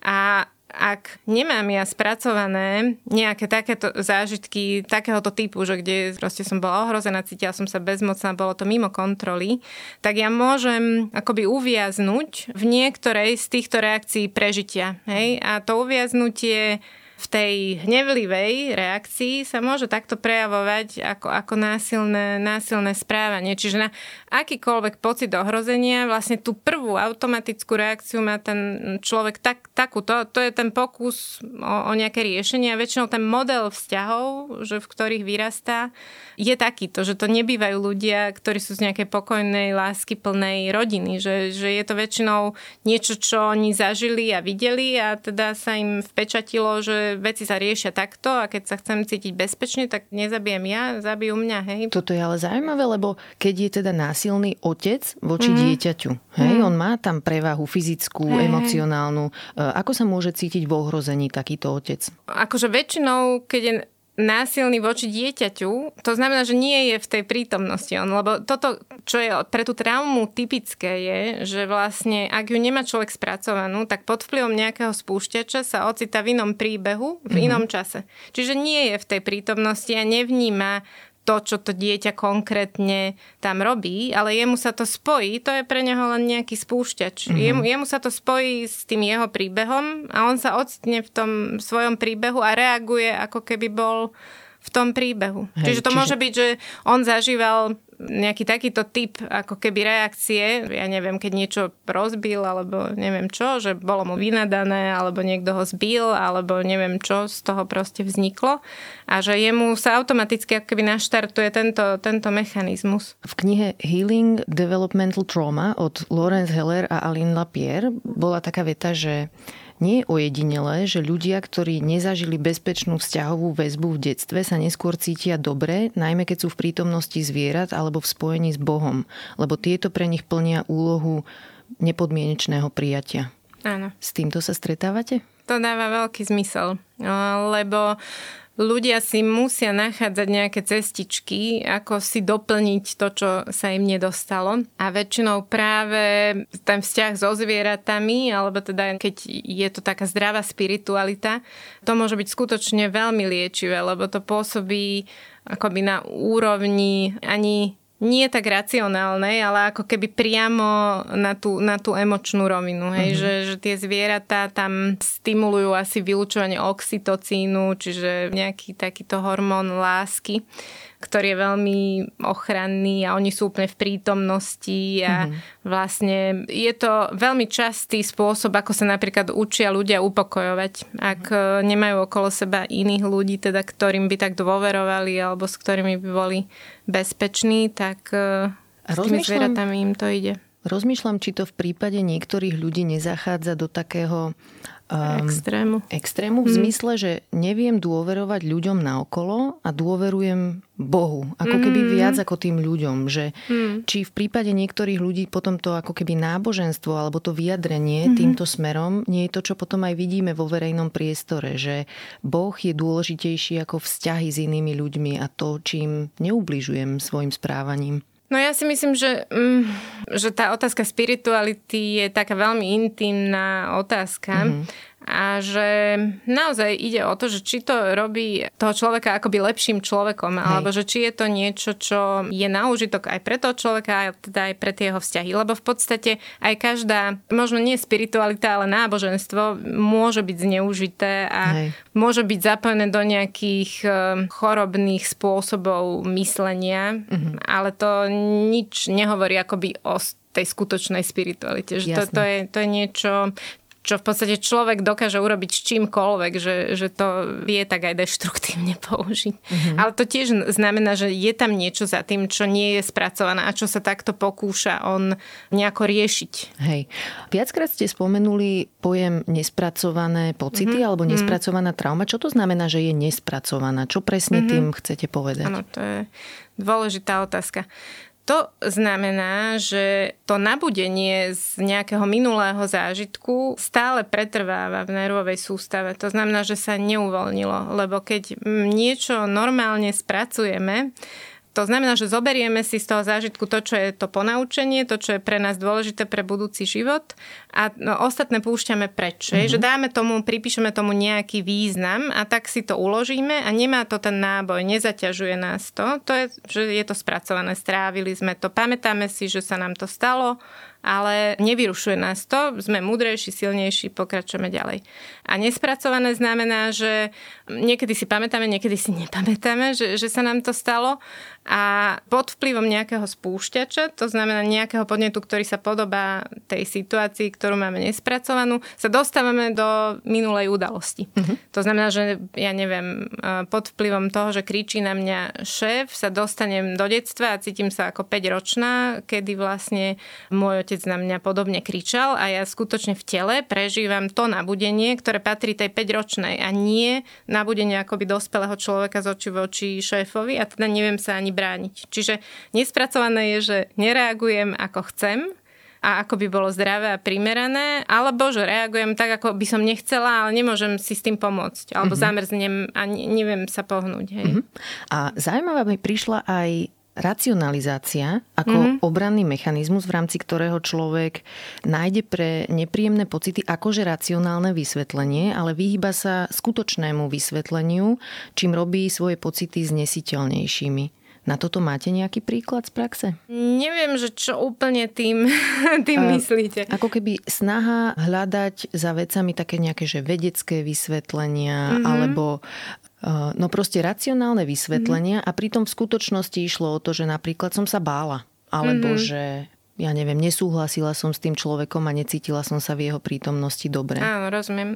A ak nemám ja spracované nejaké takéto zážitky takéhoto typu, že kde proste som bola ohrozená, cítila som sa bezmocná, bolo to mimo kontroly, tak ja môžem akoby uviaznuť v niektorej z týchto reakcií prežitia. Hej? A to uviaznutie v tej hnevlivej reakcii sa môže takto prejavovať ako, ako násilné, násilné správanie. Čiže na akýkoľvek pocit ohrozenia, vlastne tú prvú automatickú reakciu má ten človek tak, takú. To, to je ten pokus o, o nejaké riešenie a väčšinou ten model vzťahov, že v ktorých vyrastá, je takýto, že to nebývajú ľudia, ktorí sú z nejakej pokojnej, láskyplnej rodiny. Že, že je to väčšinou niečo, čo oni zažili a videli a teda sa im vpečatilo, že veci sa riešia takto a keď sa chcem cítiť bezpečne, tak nezabijem ja, zabijú mňa. Hej. Toto je ale zaujímavé, lebo keď je teda násilný otec voči mm-hmm. dieťaťu, hej, mm. on má tam prevahu fyzickú, hey, emocionálnu. Ako sa môže cítiť v ohrození takýto otec? Akože väčšinou, keď je násilný voči dieťaťu, to znamená, že nie je v tej prítomnosti on, lebo toto, čo je pre tú traumu typické je, že vlastne, ak ju nemá človek spracovanú, tak pod vplyvom nejakého spúšťača sa ocitá v inom príbehu, v inom mm-hmm. čase. Čiže nie je v tej prítomnosti a nevníma to, čo to dieťa konkrétne tam robí, ale jemu sa to spojí, to je pre neho len nejaký spúšťač. Mm-hmm. Jemu, jemu sa to spojí s tým jeho príbehom a on sa ocitne v tom svojom príbehu a reaguje, ako keby bol v tom príbehu. Hej, čiže to čiže... môže byť, že on zažíval nejaký takýto typ ako keby reakcie, ja neviem, keď niečo rozbil alebo neviem čo, že bolo mu vynadané alebo niekto ho zbil alebo neviem čo z toho proste vzniklo a že jemu sa automaticky ako keby naštartuje tento, tento mechanizmus. V knihe Healing Developmental Trauma od Laurence Heller a Aline Lapierre bola taká veta, že nie je ojedinelé, že ľudia, ktorí nezažili bezpečnú vzťahovú väzbu v detstve, sa neskôr cítia dobre, najmä keď sú v prítomnosti zvierat alebo v spojení s Bohom, lebo tieto pre nich plnia úlohu nepodmienečného prijatia. Áno. S týmto sa stretávate? To dáva veľký zmysel, lebo ľudia si musia nachádzať nejaké cestičky, ako si doplniť to, čo sa im nedostalo. A väčšinou práve ten vzťah so zvieratami, alebo teda keď je to taká zdravá spiritualita, to môže byť skutočne veľmi liečivé, lebo to pôsobí akoby na úrovni ani nie tak racionálnej, ale ako keby priamo na tú, na tú emočnú rovinu. Hej? Mm-hmm. Že, že tie zvieratá tam stimulujú asi vylučovanie oxytocínu, čiže nejaký takýto hormón lásky, ktorý je veľmi ochranný a oni sú úplne v prítomnosti a mm-hmm. vlastne je to veľmi častý spôsob, ako sa napríklad učia ľudia upokojovať. Ak mm-hmm. nemajú okolo seba iných ľudí, teda ktorým by tak dôverovali alebo s ktorými by boli bezpeční, tak s tými zvieratami im to ide. Rozmýšľam, či to v prípade niektorých ľudí nezachádza do takého um, extrému. extrému v hmm. zmysle, že neviem dôverovať ľuďom naokolo a dôverujem Bohu. Ako keby hmm. viac ako tým ľuďom. Že hmm. či v prípade niektorých ľudí potom to ako keby náboženstvo alebo to vyjadrenie hmm. týmto smerom nie je to, čo potom aj vidíme vo verejnom priestore. Že Boh je dôležitejší ako vzťahy s inými ľuďmi a to, čím neubližujem svojim správaním. No ja si myslím, že, mm, že tá otázka spirituality je taká veľmi intimná otázka. Mm-hmm. A že naozaj ide o to, že či to robí toho človeka akoby lepším človekom, Hej. alebo že či je to niečo, čo je na úžitok aj pre toho človeka, a teda aj pre tie jeho vzťahy. Lebo v podstate aj každá, možno nie spiritualita, ale náboženstvo môže byť zneužité a Hej. môže byť zapojené do nejakých chorobných spôsobov myslenia, mm-hmm. ale to nič nehovorí akoby o tej skutočnej spiritualite. Že to, to, je, to je niečo, čo v podstate človek dokáže urobiť s čímkoľvek, že, že to vie tak aj deštruktívne použiť. Mm-hmm. Ale to tiež znamená, že je tam niečo za tým, čo nie je spracované a čo sa takto pokúša on nejako riešiť. Hej. Viackrát ste spomenuli pojem nespracované pocity mm-hmm. alebo nespracovaná trauma. Čo to znamená, že je nespracovaná? Čo presne mm-hmm. tým chcete povedať? Áno, to je dôležitá otázka. To znamená, že to nabudenie z nejakého minulého zážitku stále pretrváva v nervovej sústave. To znamená, že sa neuvoľnilo, lebo keď niečo normálne spracujeme, to znamená, že zoberieme si z toho zážitku to, čo je to ponaučenie, to, čo je pre nás dôležité pre budúci život a no, ostatné púšťame preč. Mm-hmm. Že dáme tomu, pripíšeme tomu nejaký význam a tak si to uložíme a nemá to ten náboj, nezaťažuje nás to. To je, že je to spracované, strávili sme to, pamätáme si, že sa nám to stalo, ale nevyrušuje nás to, sme múdrejší, silnejší, pokračujeme ďalej. A nespracované znamená, že niekedy si pamätáme, niekedy si nepamätáme, že, že sa nám to stalo a pod vplyvom nejakého spúšťača, to znamená nejakého podnetu, ktorý sa podobá tej situácii, ktorú máme nespracovanú, sa dostávame do minulej udalosti. Mm-hmm. To znamená, že ja neviem, pod vplyvom toho, že kričí na mňa šéf, sa dostanem do detstva a cítim sa ako päťročná, kedy vlastne môj otec na mňa podobne kričal a ja skutočne v tele prežívam to nabudenie, ktoré patrí tej päťročnej a nie nabudenie akoby dospelého človeka z očí v oči šéfovi a teda neviem sa ani brániť. Čiže nespracované je, že nereagujem ako chcem a ako by bolo zdravé a primerané, alebo že reagujem tak, ako by som nechcela, ale nemôžem si s tým pomôcť. Alebo mm-hmm. zamrznem a neviem sa pohnúť. Hej. Mm-hmm. A zaujímavá mi prišla aj racionalizácia ako mm-hmm. obranný mechanizmus, v rámci ktorého človek nájde pre nepríjemné pocity akože racionálne vysvetlenie, ale vyhýba sa skutočnému vysvetleniu, čím robí svoje pocity znesiteľnejšími. Na toto máte nejaký príklad z praxe? Neviem, že čo úplne tým, tým uh, myslíte. Ako keby snaha hľadať za vecami také nejaké že vedecké vysvetlenia, mm-hmm. alebo uh, no proste racionálne vysvetlenia mm-hmm. a pritom v skutočnosti išlo o to, že napríklad som sa bála. Alebo mm-hmm. že ja neviem, nesúhlasila som s tým človekom a necítila som sa v jeho prítomnosti dobre. Áno, rozumiem.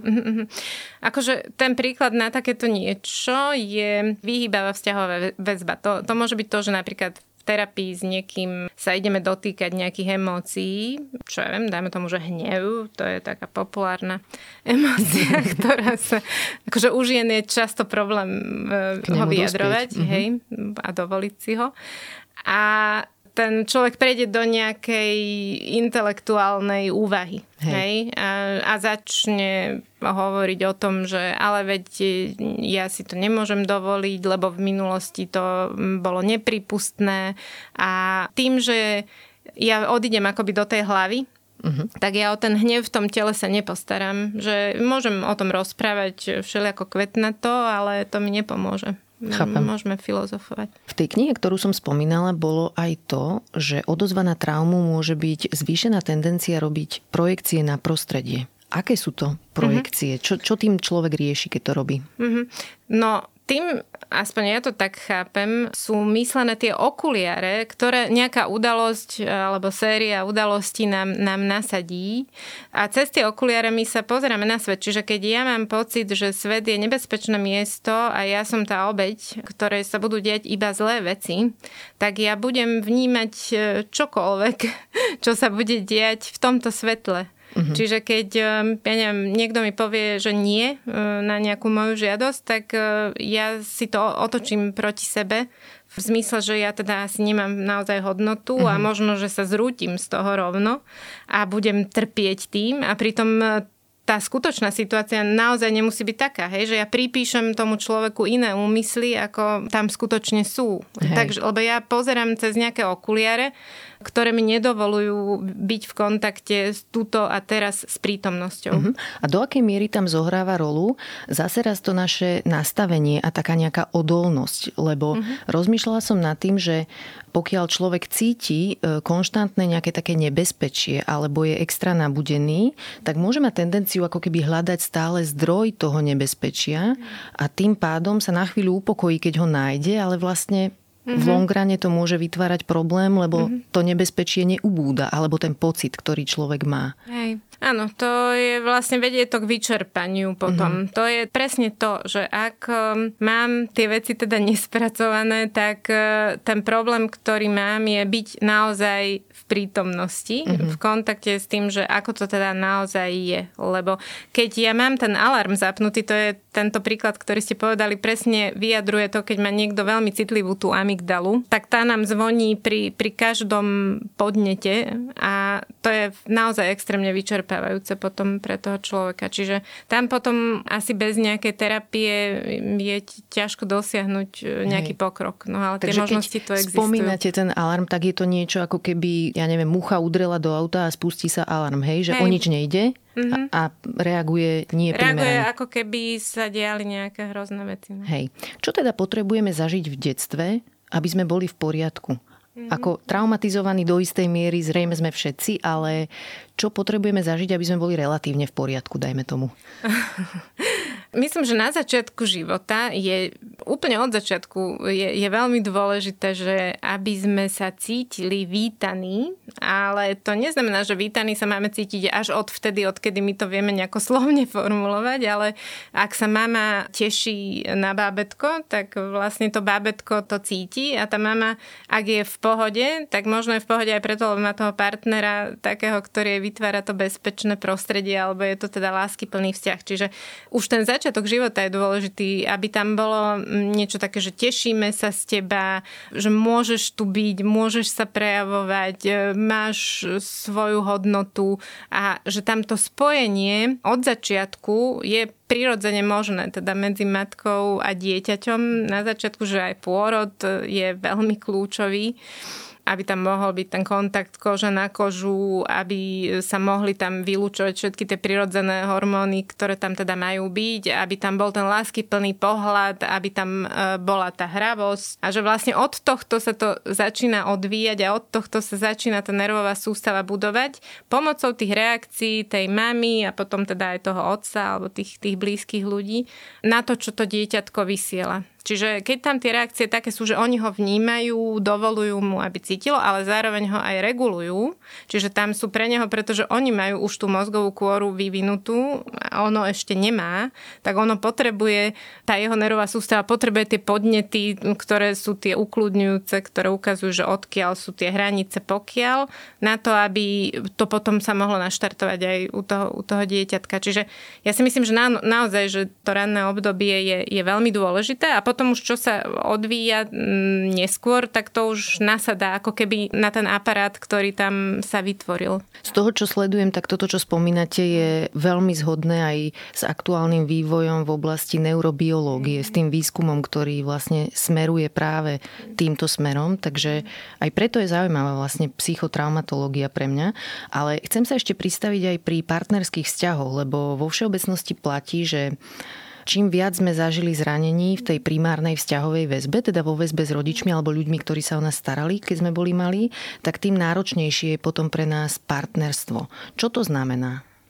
Akože ten príklad na takéto niečo je vyhýbavá vzťahová väzba. To, to môže byť to, že napríklad v terapii s niekým sa ideme dotýkať nejakých emócií, čo ja viem, dajme tomu, že hnev, to je taká populárna emócia, ktorá sa, akože u žien je často problém ho vyjadrovať, mm-hmm. hej, a dovoliť si ho. A ten človek prejde do nejakej intelektuálnej úvahy. Hej. Hej? A, a začne hovoriť o tom, že ale veď ja si to nemôžem dovoliť, lebo v minulosti to bolo nepripustné. A tým, že ja odídem akoby do tej hlavy, uh-huh. tak ja o ten hnev v tom tele sa nepostaram. Že môžem o tom rozprávať všelijako kvetnato, ale to mi nepomôže. Chápem. Môžeme filozofovať. V tej knihe, ktorú som spomínala, bolo aj to, že odozva na traumu môže byť zvýšená tendencia robiť projekcie na prostredie. Aké sú to projekcie? Mm-hmm. Čo, čo tým človek rieši, keď to robí? Mm-hmm. No, Tým, aspoň ja to tak chápem, sú myslené tie okuliare, ktoré nejaká udalosť alebo séria udalostí nám, nám nasadí a cez tie okuliare my sa pozeráme na svet. Čiže keď ja mám pocit, že svet je nebezpečné miesto a ja som tá obeť, ktorej sa budú diať iba zlé veci, tak ja budem vnímať čokoľvek, čo sa bude diať v tomto svetle. Uh-huh. Čiže keď ja neviem, niekto mi povie, že nie na nejakú moju žiadosť, tak ja si to otočím proti sebe v zmysle, že ja teda asi nemám naozaj hodnotu uh-huh. a možno, že sa zrútim z toho rovno a budem trpieť tým a pritom tá skutočná situácia naozaj nemusí byť taká, hej, že ja pripíšem tomu človeku iné úmysly, ako tam skutočne sú. Takže, lebo ja pozerám cez nejaké okuliare, ktoré mi nedovolujú byť v kontakte s túto a teraz s prítomnosťou. Uh-huh. A do akej miery tam zohráva rolu zase raz to naše nastavenie a taká nejaká odolnosť? Lebo uh-huh. rozmýšľala som nad tým, že pokiaľ človek cíti konštantné nejaké také nebezpečie alebo je extra nabudený, tak môže mať tendenciu ako keby hľadať stále zdroj toho nebezpečia a tým pádom sa na chvíľu upokojí, keď ho nájde, ale vlastne v longrane to môže vytvárať problém, lebo mm-hmm. to nebezpečie neubúda, alebo ten pocit, ktorý človek má. Hej. Áno, to je vlastne vedie to k vyčerpaniu potom. Mm-hmm. To je presne to, že ak mám tie veci teda nespracované, tak ten problém, ktorý mám, je byť naozaj v prítomnosti, mm-hmm. v kontakte s tým, že ako to teda naozaj je. Lebo keď ja mám ten alarm zapnutý, to je tento príklad, ktorý ste povedali, presne vyjadruje to, keď má niekto veľmi citlivú tú amygdalu, tak tá nám zvoní pri, pri každom podnete a to je naozaj extrémne vyčerpávajúce potom pre toho človeka. Čiže tam potom asi bez nejakej terapie je ťažko dosiahnuť nejaký Hej. pokrok. No ale Takže tie možnosti tu existujú. Spomínate ten alarm, tak je to niečo ako keby, ja neviem, mucha udrela do auta a spustí sa alarm, hej? Že hej. o nič nejde? Mm-hmm. A reaguje nie primerane. Reaguje ako keby sa diali nejaké hrozné veci. Hej. Čo teda potrebujeme zažiť v detstve, aby sme boli v poriadku? Mm-hmm. Ako traumatizovaní do istej miery zrejme sme všetci, ale čo potrebujeme zažiť, aby sme boli relatívne v poriadku, dajme tomu? Myslím, že na začiatku života je, úplne od začiatku je, je veľmi dôležité, že aby sme sa cítili vítaní, ale to neznamená, že vítaní sa máme cítiť až od vtedy, odkedy my to vieme nejako slovne formulovať, ale ak sa mama teší na bábätko, tak vlastne to bábätko to cíti a tá mama, ak je v pohode, tak možno je v pohode aj preto, lebo má toho partnera takého, ktorý vytvára to bezpečné prostredie, alebo je to teda láskyplný vzťah. Čiže už ten zač- Začiatok života je dôležitý, aby tam bolo niečo také, že tešíme sa z teba, že môžeš tu byť, môžeš sa prejavovať, máš svoju hodnotu a že tamto spojenie od začiatku je prirodzene možné, teda medzi matkou a dieťaťom. Na začiatku, že aj pôrod je veľmi kľúčový, aby tam mohol byť ten kontakt koža na kožu, aby sa mohli tam vylúčovať všetky tie prirodzené hormóny, ktoré tam teda majú byť, aby tam bol ten láskyplný pohľad, aby tam bola tá hravosť a že vlastne od tohto sa to začína odvíjať a od tohto sa začína tá nervová sústava budovať pomocou tých reakcií tej mamy a potom teda aj toho otca alebo tých, tých blízkych ľudí na to, čo to dieťatko vysiela. Čiže keď tam tie reakcie také sú, že oni ho vnímajú, dovolujú mu, aby cítilo, ale zároveň ho aj regulujú. Čiže tam sú pre neho, pretože oni majú už tú mozgovú kôru vyvinutú a ono ešte nemá, tak ono potrebuje, tá jeho nervová sústava potrebuje tie podnety, ktoré sú tie ukľudňujúce, ktoré ukazujú, že odkiaľ sú tie hranice, pokiaľ, na to, aby to potom sa mohlo naštartovať aj u toho, u toho dieťatka. Čiže ja si myslím, že na, naozaj, že to ranné obdobie je, je veľmi dôležité a potom už čo sa odvíja neskôr, tak to už nasadá ako keby na ten aparát, ktorý tam sa vytvoril. Z toho, čo sledujem, tak toto, čo spomínate, je veľmi zhodné aj s aktuálnym vývojom v oblasti neurobiológie, s tým výskumom, ktorý vlastne smeruje práve týmto smerom, takže aj preto je zaujímavá vlastne psychotraumatológia pre mňa, ale chcem sa ešte pristaviť aj pri partnerských vzťahoch, lebo vo všeobecnosti platí, že čím viac sme zažili zranení v tej primárnej vzťahovej väzbe, teda vo väzbe s rodičmi alebo ľuďmi, ktorí sa o nás starali, keď sme boli malí, tak tým náročnejšie je potom pre nás partnerstvo. Čo to znamená?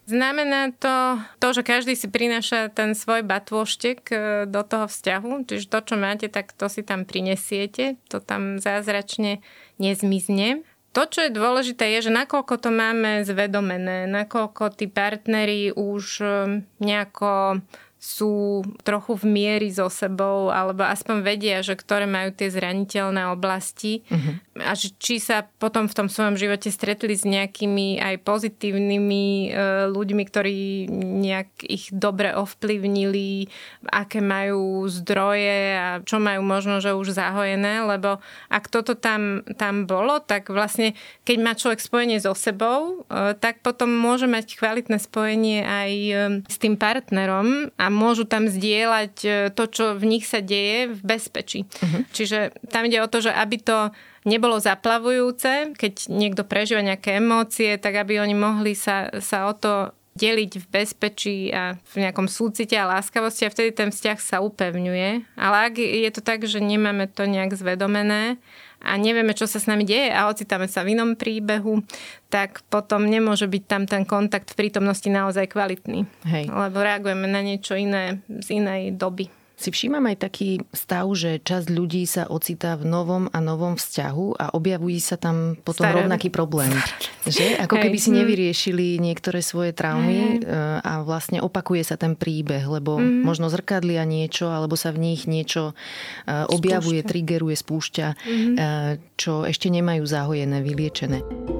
Znamená to, to, že každý si prináša ten svoj batôštek do toho vzťahu, čiže to, čo máte, tak to si tam prinesiete, to tam zázračne nezmizne. To, čo je dôležité, je, že nakoľko to máme zvedomené, nakoľko tí partneri už nejako sú trochu v mieri so sebou, alebo aspoň vedia, že ktoré majú tie zraniteľné oblasti uh-huh. a že či sa potom v tom svojom živote stretli s nejakými aj pozitívnymi e, ľuďmi, ktorí nejak ich dobre ovplyvnili, aké majú zdroje a čo majú možno, že už zahojené, lebo ak toto tam, tam bolo, tak vlastne keď má človek spojenie so sebou, e, tak potom môže mať kvalitné spojenie aj e, s tým partnerom a môžu tam zdieľať to, čo v nich sa deje v bezpečí. Uh-huh. Čiže tam ide o to, že aby to nebolo zaplavujúce, keď niekto prežíva nejaké emócie, tak aby oni mohli sa, sa o to deliť v bezpečí a v nejakom súcite a láskavosti a vtedy ten vzťah sa upevňuje. Ale ak je to tak, že nemáme to nejak zvedomené a nevieme, čo sa s nami deje a ocitáme sa v inom príbehu, tak potom nemôže byť tam ten kontakt v prítomnosti naozaj kvalitný. Hej. Lebo reagujeme na niečo iné z inej doby. Si všímam aj taký stav, že časť ľudí sa ocitá v novom a novom vzťahu a objavujú sa tam potom Staré. rovnaký problém. Že? Ako keby si nevyriešili niektoré svoje traumy a vlastne opakuje sa ten príbeh, lebo mm. možno zrkadlia niečo, alebo sa v nich niečo objavuje, spúšťa. triggeruje, spúšťa, mm. čo ešte nemajú zahojené, vyliečené.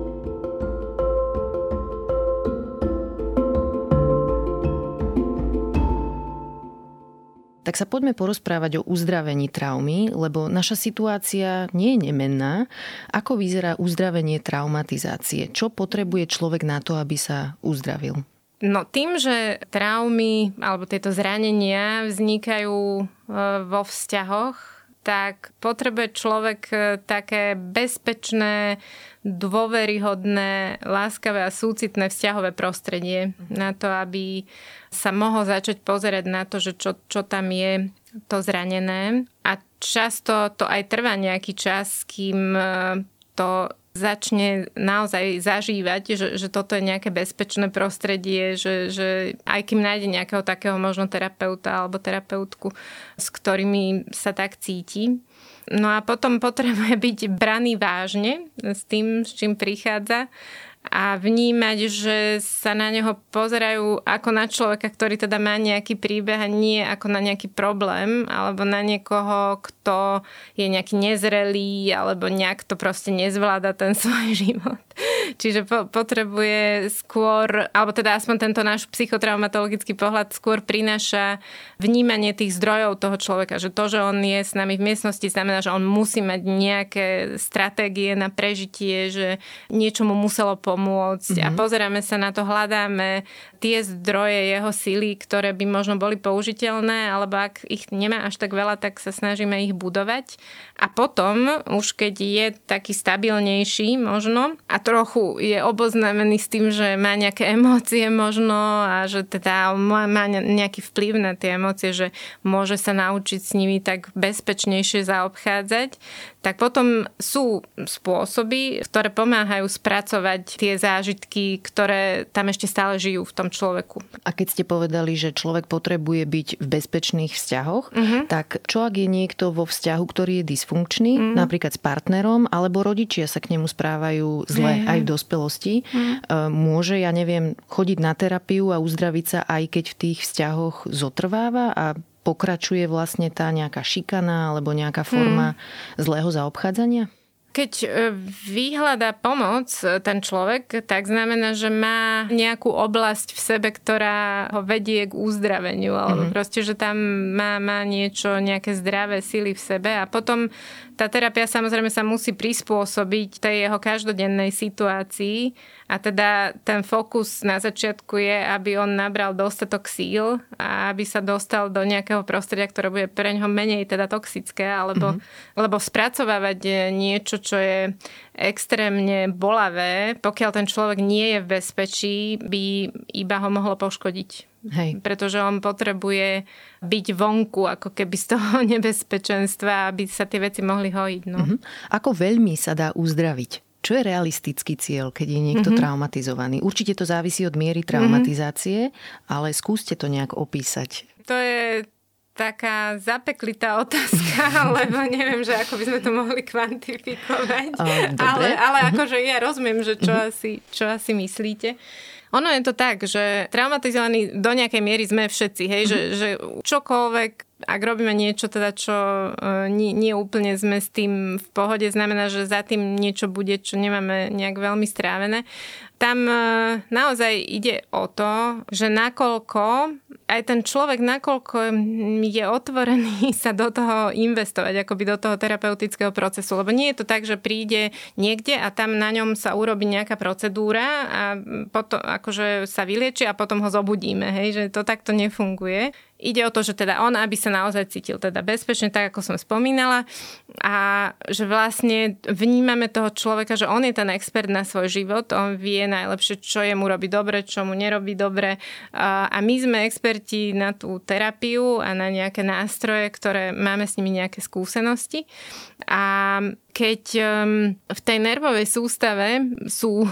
Tak sa poďme porozprávať o uzdravení traumy, lebo naša situácia nie je nemenná. Ako vyzerá uzdravenie traumatizácie? Čo potrebuje človek na to, aby sa uzdravil? No tým, že traumy alebo tieto zranenia vznikajú vo vzťahoch, tak potrebuje človek také bezpečné, dôveryhodné, láskavé a súcitné vzťahové prostredie na to, aby sa mohol začať pozerať na to, že čo, čo tam je to zranené. A často to aj trvá nejaký čas, kým to začne naozaj zažívať, že, že toto je nejaké bezpečné prostredie, že, že aj kým nájde nejakého takého možno terapeuta alebo terapeutku, s ktorými sa tak cíti. No a potom potrebuje byť braný vážne s tým, s čím prichádza a vnímať, že sa na neho pozerajú ako na človeka, ktorý teda má nejaký príbeh a nie ako na nejaký problém alebo na niekoho, kto je nejaký nezrelý alebo nejak to proste nezvláda ten svoj život. Čiže po- potrebuje skôr, alebo teda aspoň tento náš psychotraumatologický pohľad skôr prináša vnímanie tých zdrojov toho človeka, že to, že on je s nami v miestnosti, znamená, že on musí mať nejaké stratégie na prežitie, že niečo mu muselo pomôcť mm-hmm. a pozeráme sa na to, hľadáme tie zdroje jeho síly, ktoré by možno boli použiteľné, alebo ak ich nemá až tak veľa, tak sa snažíme ich budovať. A potom, už keď je taký stabilnejší možno a trochu je oboznámený s tým, že má nejaké emócie možno a že teda má nejaký vplyv na tie emócie, že môže sa naučiť s nimi tak bezpečnejšie zaobchádzať, tak potom sú spôsoby, ktoré pomáhajú spracovať tie zážitky, ktoré tam ešte stále žijú v tom človeku. A keď ste povedali, že človek potrebuje byť v bezpečných vzťahoch, uh-huh. tak čo ak je niekto vo vzťahu, ktorý je dysfunkčný, uh-huh. napríklad s partnerom, alebo rodičia sa k nemu správajú zle uh-huh. aj v dospelosti, uh-huh. môže, ja neviem, chodiť na terapiu a uzdraviť sa, aj keď v tých vzťahoch zotrváva a pokračuje vlastne tá nejaká šikana alebo nejaká forma uh-huh. zlého zaobchádzania? Keď vyhľadá pomoc ten človek, tak znamená, že má nejakú oblasť v sebe, ktorá ho vedie k uzdraveniu. Alebo mm-hmm. proste, že tam má, má niečo, nejaké zdravé sily v sebe. A potom tá terapia samozrejme sa musí prispôsobiť tej jeho každodennej situácii. A teda ten fokus na začiatku je, aby on nabral dostatok síl a aby sa dostal do nejakého prostredia, ktoré bude pre ňoho menej teda toxické, alebo, mm-hmm. alebo spracovávať niečo, čo je extrémne bolavé, pokiaľ ten človek nie je v bezpečí, by iba ho mohlo poškodiť. Hej. Pretože on potrebuje byť vonku, ako keby z toho nebezpečenstva, aby sa tie veci mohli hojiť. No. Mm-hmm. Ako veľmi sa dá uzdraviť Čo je realistický cieľ, keď je niekto mm-hmm. traumatizovaný? Určite to závisí od miery traumatizácie, mm-hmm. ale skúste to nejak opísať. To je taká zapeklitá otázka, lebo neviem, že ako by sme to mohli kvantifikovať. O, ale, ale akože ja rozumiem, že čo, mm-hmm. asi, čo asi myslíte. Ono je to tak, že traumatizovaní do nejakej miery sme všetci, hej, mm-hmm. že, že čokoľvek, ak robíme niečo, teda čo uh, nie, nie úplne sme s tým v pohode, znamená, že za tým niečo bude, čo nemáme nejak veľmi strávené. Tam uh, naozaj ide o to, že nakoľko aj ten človek, nakoľko je otvorený sa do toho investovať, akoby do toho terapeutického procesu. Lebo nie je to tak, že príde niekde a tam na ňom sa urobí nejaká procedúra a potom akože sa vylieči a potom ho zobudíme. Hej? Že to takto nefunguje. Ide o to, že teda on, aby sa naozaj cítil teda bezpečne, tak ako som spomínala, a že vlastne vnímame toho človeka, že on je ten expert na svoj život, on vie najlepšie, čo jemu robí dobre, čo mu nerobí dobre, a my sme experti na tú terapiu a na nejaké nástroje, ktoré máme s nimi nejaké skúsenosti. A keď v tej nervovej sústave sú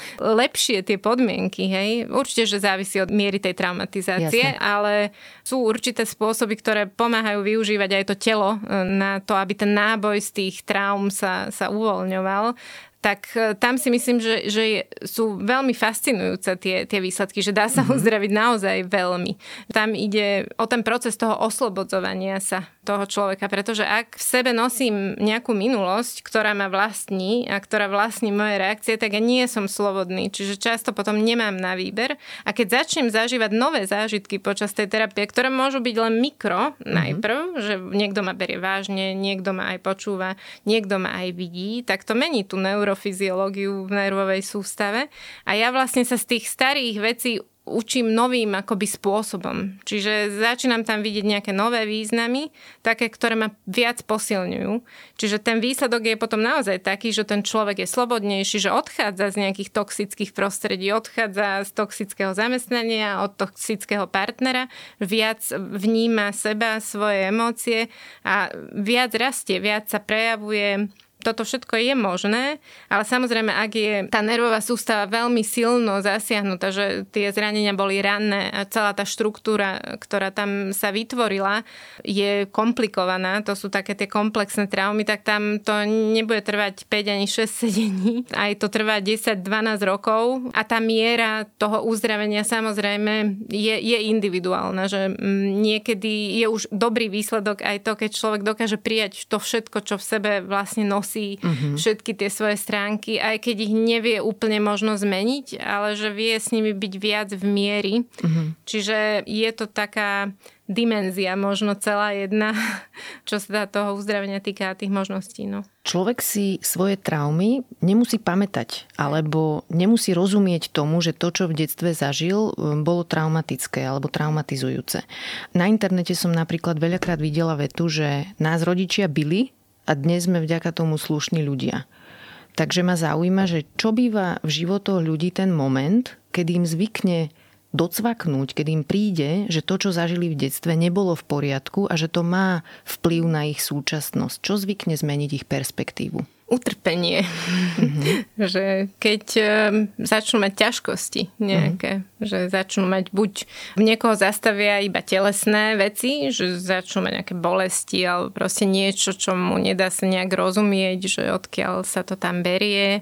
lepšie tie podmienky, hej, určite, že závisí od miery tej traumatizácie, Jasne. Ale sú určité spôsoby, ktoré pomáhajú využívať aj to telo na to, aby ten náboj z tých traum sa, sa uvoľňoval. Tak tam si myslím, že, že sú veľmi fascinujúce tie, tie výsledky, že dá sa mm-hmm. uzdraviť naozaj veľmi. Tam ide o ten proces toho oslobodzovania sa toho človeka, pretože ak v sebe nosím nejakú minulosť, ktorá ma vlastní a ktorá vlastní moje reakcie, tak ja nie som slobodný. Čiže často potom nemám na výber. A keď začnem zažívať nové zážitky počas tej terapie, ktoré môžu byť len mikro mm-hmm. najprv, že niekto ma berie vážne, niekto ma aj počúva, niekto ma aj vidí, tak to mení tú neurofyziológiu v nervovej sústave. A ja vlastne sa z tých starých vecí učím novým akoby spôsobom. Čiže začínam tam vidieť nejaké nové významy, také, ktoré ma viac posilňujú. Čiže ten výsledok je potom naozaj taký, že ten človek je slobodnejší, že odchádza z nejakých toxických prostredí, odchádza z toxického zamestnania, od toxického partnera, viac vníma seba, svoje emócie a viac rastie, viac sa prejavuje. Toto všetko je možné, ale samozrejme, ak je tá nervová sústava veľmi silno zasiahnutá, že tie zranenia boli ranné a celá tá štruktúra, ktorá tam sa vytvorila, je komplikovaná, to sú také tie komplexné traumy, tak tam to nebude trvať päť ani šesť sedení. Aj to trvá desať dvanásť rokov a tá miera toho uzdravenia samozrejme je, je individuálna, že niekedy je už dobrý výsledok aj to, keď človek dokáže prijať to všetko, čo v sebe vlastne nosí, Uh-huh. všetky tie svoje stránky, aj keď ich nevie úplne možno zmeniť, ale že vie s nimi byť viac v miery. Uh-huh. Čiže je to taká dimenzia, možno celá jedna, čo sa toho uzdravenia týka tých možností. No. Človek si svoje traumy nemusí pamätať, alebo nemusí rozumieť tomu, že to, čo v detstve zažil, bolo traumatické alebo traumatizujúce. Na internete som napríklad veľakrát videla vetu, že nás rodičia bili, a dnes sme vďaka tomu slušní ľudia. Takže ma zaujíma, že čo býva v životoch ľudí ten moment, kedy im zvykne docvaknúť, kedy im príde, že to, čo zažili v detstve, nebolo v poriadku a že to má vplyv na ich súčasnosť. Čo zvykne zmeniť ich perspektívu? Utrpenie. Mm-hmm. Že keď um, začnú mať ťažkosti nejaké, mm-hmm. že začnú mať buď v niekoho zastavia iba telesné veci, že začnú mať nejaké bolesti alebo proste niečo, čo mu nedá sa nejak rozumieť, že odkiaľ sa to tam berie,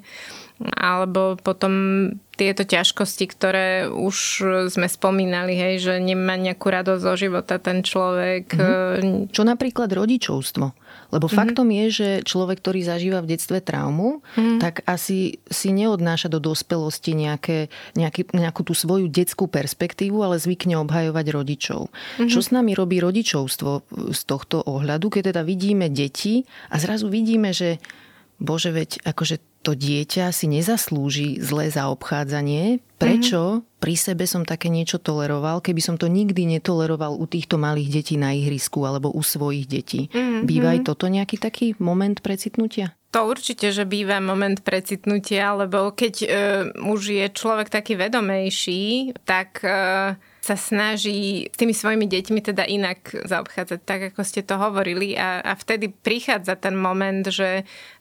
alebo potom tieto ťažkosti, ktoré už sme spomínali, hej, že nemá nejakú radosť zo života ten človek. Mm-hmm. Čo napríklad rodičovstvo? Lebo mm-hmm. faktom je, že človek, ktorý zažíva v detstve traumu, mm-hmm. tak asi si neodnáša do dospelosti nejaké, nejaký, nejakú tú svoju detskú perspektívu, ale zvykne obhajovať rodičov. Mm-hmm. Čo s nami robí rodičovstvo z tohto ohľadu, keď teda vidíme deti a zrazu vidíme, že bože, veď akože to dieťa si nezaslúži zlé zaobchádzanie. Prečo mm-hmm. pri sebe som také niečo toleroval, keby som to nikdy netoleroval u týchto malých detí na ihrisku alebo u svojich detí? Mm-hmm. Býva aj toto nejaký taký moment precitnutia? To určite, že býva moment precitnutia, lebo keď e, už je človek taký vedomejší, tak e, sa snaží s tými svojimi deťmi teda inak zaobchádzať, tak ako ste to hovorili. A, a vtedy prichádza ten moment, že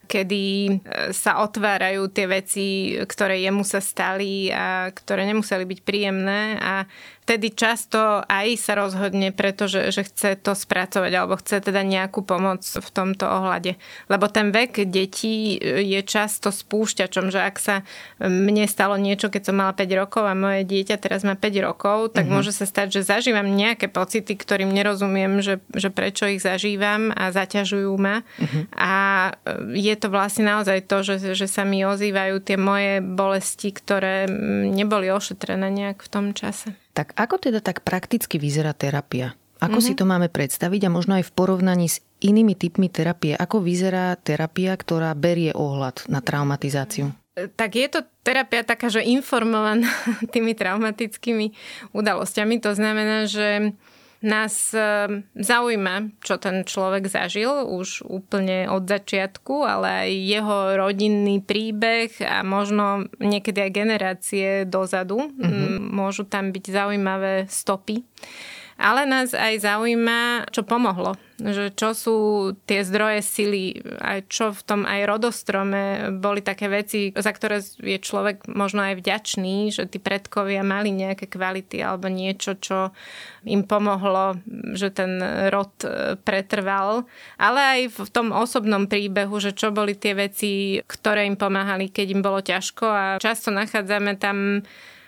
kedy sa otvárajú tie veci, ktoré jemu sa stali a ktoré nemuseli byť príjemné a vtedy často aj sa rozhodne, pretože že chce to spracovať alebo chce teda nejakú pomoc v tomto ohľade. Lebo ten vek detí je často spúšťačom, že ak sa mne stalo niečo, keď som mala päť rokov a moje dieťa teraz má päť rokov, tak uh-huh. môže sa stať, že zažívam nejaké pocity, ktorým nerozumiem, že, že prečo ich zažívam a zaťažujú ma. Uh-huh. A je to vlastne naozaj to, že, že sa mi ozývajú tie moje bolesti, ktoré neboli ošetrené nejak v tom čase. Tak ako teda tak prakticky vyzerá terapia? Ako mm-hmm. si to máme predstaviť a možno aj v porovnaní s inými typmi terapie? Ako vyzerá terapia, ktorá berie ohľad na traumatizáciu? Tak je to terapia taká, že informovaná tými traumatickými udalosťami. To znamená, že nás zaujíma, čo ten človek zažil už úplne od začiatku, ale aj jeho rodinný príbeh a možno niekedy aj generácie dozadu. Mm-hmm. Môžu tam byť zaujímavé stopy. Ale nás aj zaujíma, čo pomohlo. Že čo sú tie zdroje sily, aj čo v tom aj rodostrome boli také veci, za ktoré je človek možno aj vďačný, že tí predkovia mali nejaké kvality alebo niečo, čo im pomohlo, že ten rod pretrval. Ale aj v tom osobnom príbehu, že čo boli tie veci, ktoré im pomáhali, keď im bolo ťažko a často nachádzame tam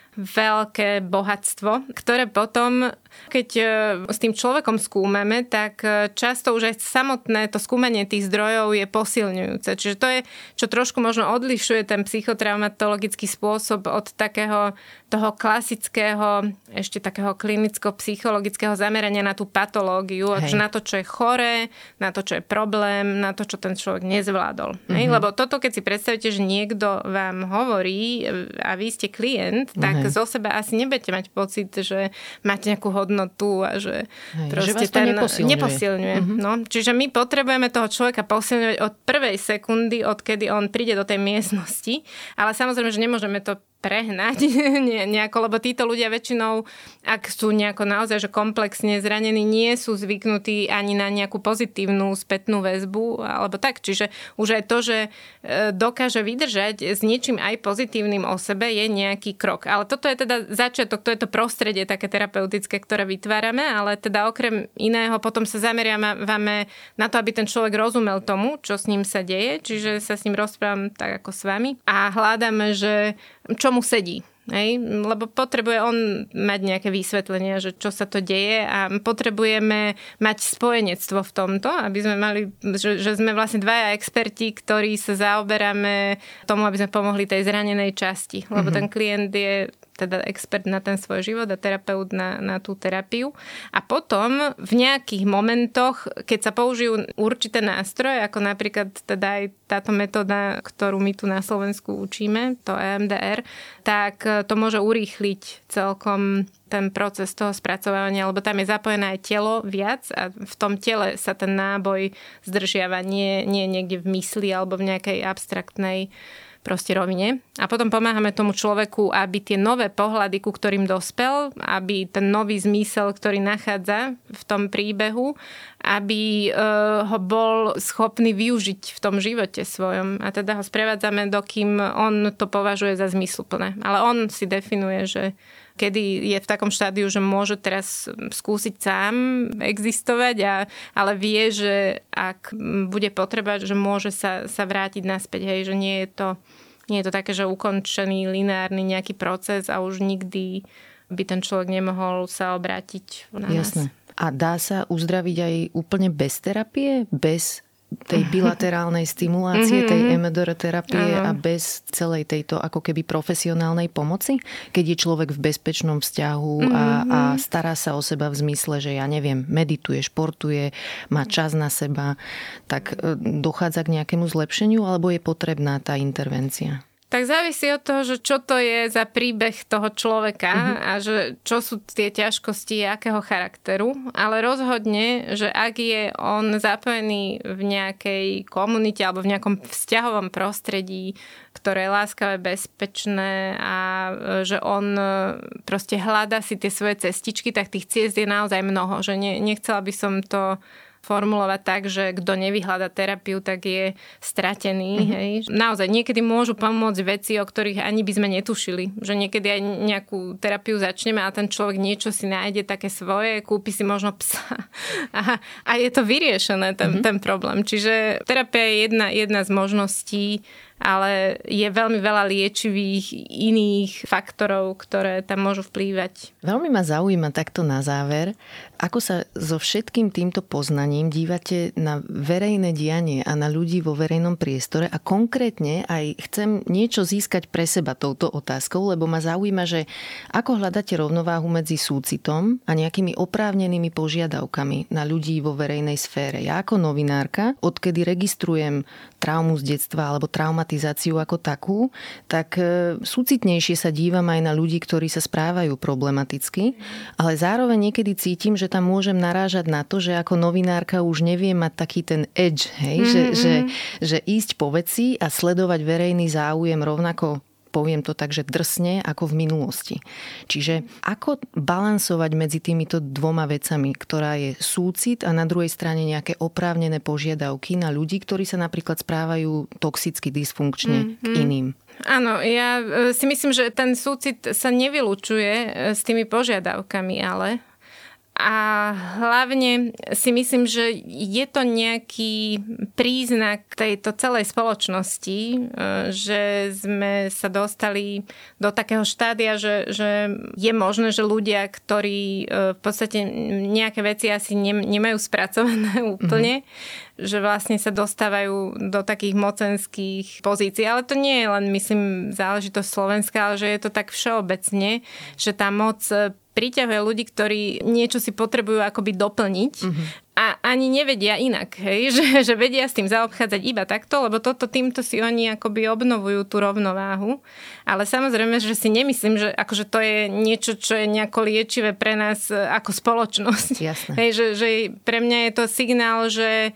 veľké bohatstvo, ktoré potom, keď s tým človekom skúmame, tak často už aj samotné to skúmanie tých zdrojov je posilňujúce. Čiže to je, čo trošku možno odlišuje ten psychotraumatologický spôsob od takého toho klasického, ešte takého klinicko-psychologického zamerania na tú patológiu, že na to, čo je choré, na to, čo je problém, na to, čo ten človek nezvládol. Mm-hmm. Lebo toto, keď si predstavíte, že niekto vám hovorí a vy ste klient, tak mm-hmm. zo seba asi nebudete mať pocit, že máte nejakú hodnotu a že Hej, proste že vás to ten neposilňuje. neposilňuje. Mm-hmm. No, čiže my potrebujeme toho človeka posilňovať od prvej sekundy, odkedy on príde do tej miestnosti, ale samozrejme, že nemôžeme to prehnať nie, nejako, lebo títo ľudia väčšinou, ak sú nejako naozaj že komplexne zranení, nie sú zvyknutí ani na nejakú pozitívnu spätnú väzbu, alebo tak. Čiže už aj to, že dokáže vydržať s niečím aj pozitívnym o sebe, je nejaký krok. Ale toto je teda začiatok, to je to prostredie také terapeutické, ktoré vytvárame, ale teda okrem iného potom sa zameriavame na to, aby ten človek rozumel tomu, čo s ním sa deje, čiže sa s ním rozprávam tak ako s vami a hľadáme, že čo mu sedí. Hej? Lebo potrebuje on mať nejaké vysvetlenia, že čo sa to deje a potrebujeme mať spojenectvo v tomto, aby sme mali, že, že sme vlastne dvaja experti, ktorí sa zaoberáme tomu, aby sme pomohli tej zranenej časti. Lebo mm-hmm. ten klient je teda expert na ten svoj život a terapeut na, na tú terapiu. A potom v nejakých momentoch, keď sa použijú určité nástroje, ako napríklad teda aj táto metóda, ktorú my tu na Slovensku učíme, to E M D R, tak to môže urýchliť celkom ten proces toho spracovania, lebo tam je zapojené aj telo viac a v tom tele sa ten náboj zdržiava, nie, nie niekde v mysli alebo v nejakej abstraktnej proste rovine. A potom pomáhame tomu človeku, aby tie nové pohľady, ku ktorým dospel, aby ten nový zmysel, ktorý nachádza v tom príbehu, aby ho bol schopný využiť v tom živote svojom. A teda ho sprevádzame, dokým on to považuje za zmysluplné. Ale on si definuje, že kedy je v takom štádiu, že môže teraz skúsiť sám existovať, a, ale vie, že ak bude potreba, že môže sa, sa vrátiť naspäť. Hej, že nie je to, nie je to také, že ukončený lineárny nejaký proces a už nikdy by ten človek nemohol sa obrátiť na Jasné. nás. A dá sa uzdraviť aj úplne bez terapie? Bez tej bilaterálnej stimulácie, mm-hmm. tej E M D R terapie ano. A bez celej tejto ako keby profesionálnej pomoci? Keď je človek v bezpečnom vzťahu mm-hmm. a, a stará sa o seba v zmysle, že ja neviem, medituje, športuje, má čas na seba, tak dochádza k nejakému zlepšeniu alebo je potrebná tá intervencia? Tak závisí od toho, že čo to je za príbeh toho človeka uh-huh. a že čo sú tie ťažkosti, akého charakteru. Ale rozhodne, že ak je on zapojený v nejakej komunite alebo v nejakom vzťahovom prostredí, ktoré je láskavé, bezpečné a že on proste hľadá si tie svoje cestičky, tak tých ciest je naozaj mnoho. Že ne, nechcela by som to formulovať tak, že kto nevyhľada terapiu, tak je stratený. Mm-hmm. Hej. Naozaj, niekedy môžu pomôcť veci, o ktorých ani by sme netušili. Že niekedy aj nejakú terapiu začneme a ten človek niečo si nájde také svoje, kúpi si možno psa a, a je to vyriešené, ten, mm-hmm. ten problém. Čiže terapia je jedna, jedna z možností, ale je veľmi veľa liečivých iných faktorov, ktoré tam môžu vplývať. Veľmi ma zaujíma takto na záver, ako sa so všetkým týmto poznaním dívate na verejné dianie a na ľudí vo verejnom priestore a konkrétne aj chcem niečo získať pre seba touto otázkou, lebo ma zaujíma, že ako hľadáte rovnováhu medzi súcitom a nejakými oprávnenými požiadavkami na ľudí vo verejnej sfére. Ja ako novinárka, odkedy registrujem traumu z detstva alebo traumatizáciu ako takú, tak súcitnejšie sa dívam aj na ľudí, ktorí sa správajú problematicky, ale zároveň niekedy cítim, že tam môžem narážať na to, že ako novinárka už neviem mať taký ten edge, hej? Mm-hmm. Že, že, že ísť po veci a sledovať verejný záujem rovnako, poviem to tak, že drsne ako v minulosti. Čiže ako balansovať medzi týmito dvoma vecami, ktorá je súcit a na druhej strane nejaké oprávnené požiadavky na ľudí, ktorí sa napríklad správajú toxicky, dysfunkčne mm-hmm. k iným. Áno, ja si myslím, že ten súcit sa nevylučuje s tými požiadavkami, ale a hlavne si myslím, že je to nejaký príznak tejto celej spoločnosti, že sme sa dostali do takého štádia, že, že je možné, že ľudia, ktorí v podstate nejaké veci asi nemajú spracované úplne, mm-hmm. že vlastne sa dostávajú do takých mocenských pozícií. Ale to nie je len, myslím, záležitosť Slovenska, ale že je to tak všeobecne, že tá moc priťahuje ľudí, ktorí niečo si potrebujú akoby doplniť uh-huh. a ani nevedia inak, hej? Že, že vedia s tým zaobchádzať iba takto, lebo toto týmto si oni akoby obnovujú tú rovnováhu. Ale samozrejme, že si nemyslím, že akože to je niečo, čo je nejako liečivé pre nás ako spoločnosť. Jasné. Hej, že, že pre mňa je to signál, že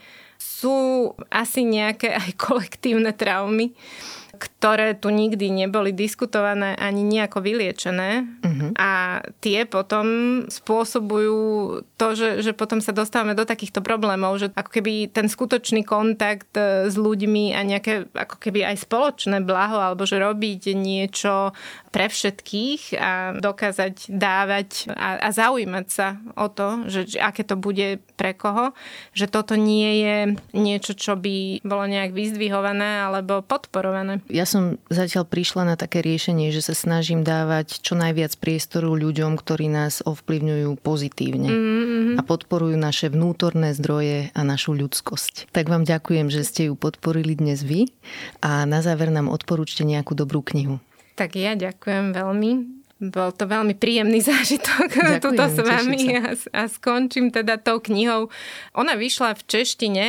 sú asi nejaké aj kolektívne traumy, ktoré tu nikdy neboli diskutované ani nejako vyliečené uh-huh. a tie potom spôsobujú to, že, že potom sa dostávame do takýchto problémov, že ako keby ten skutočný kontakt s ľuďmi a nejaké ako keby aj spoločné blaho, alebo že robiť niečo pre všetkých a dokázať dávať a, a zaujímať sa o to, že, že aké to bude pre koho, že toto nie je niečo, čo by bolo nejak vyzdvihované alebo podporované. Ja som zatiaľ prišla na také riešenie, že sa snažím dávať čo najviac priestoru ľuďom, ktorí nás ovplyvňujú pozitívne mm-hmm. a podporujú naše vnútorné zdroje a našu ľudskosť. Tak vám ďakujem, že ste ju podporili dnes vy a na záver nám odporúčte nejakú dobrú knihu. Tak ja ďakujem veľmi. Bol to veľmi príjemný zážitok tuto s vami a, a skončím teda tou knihou. Ona vyšla v češtine.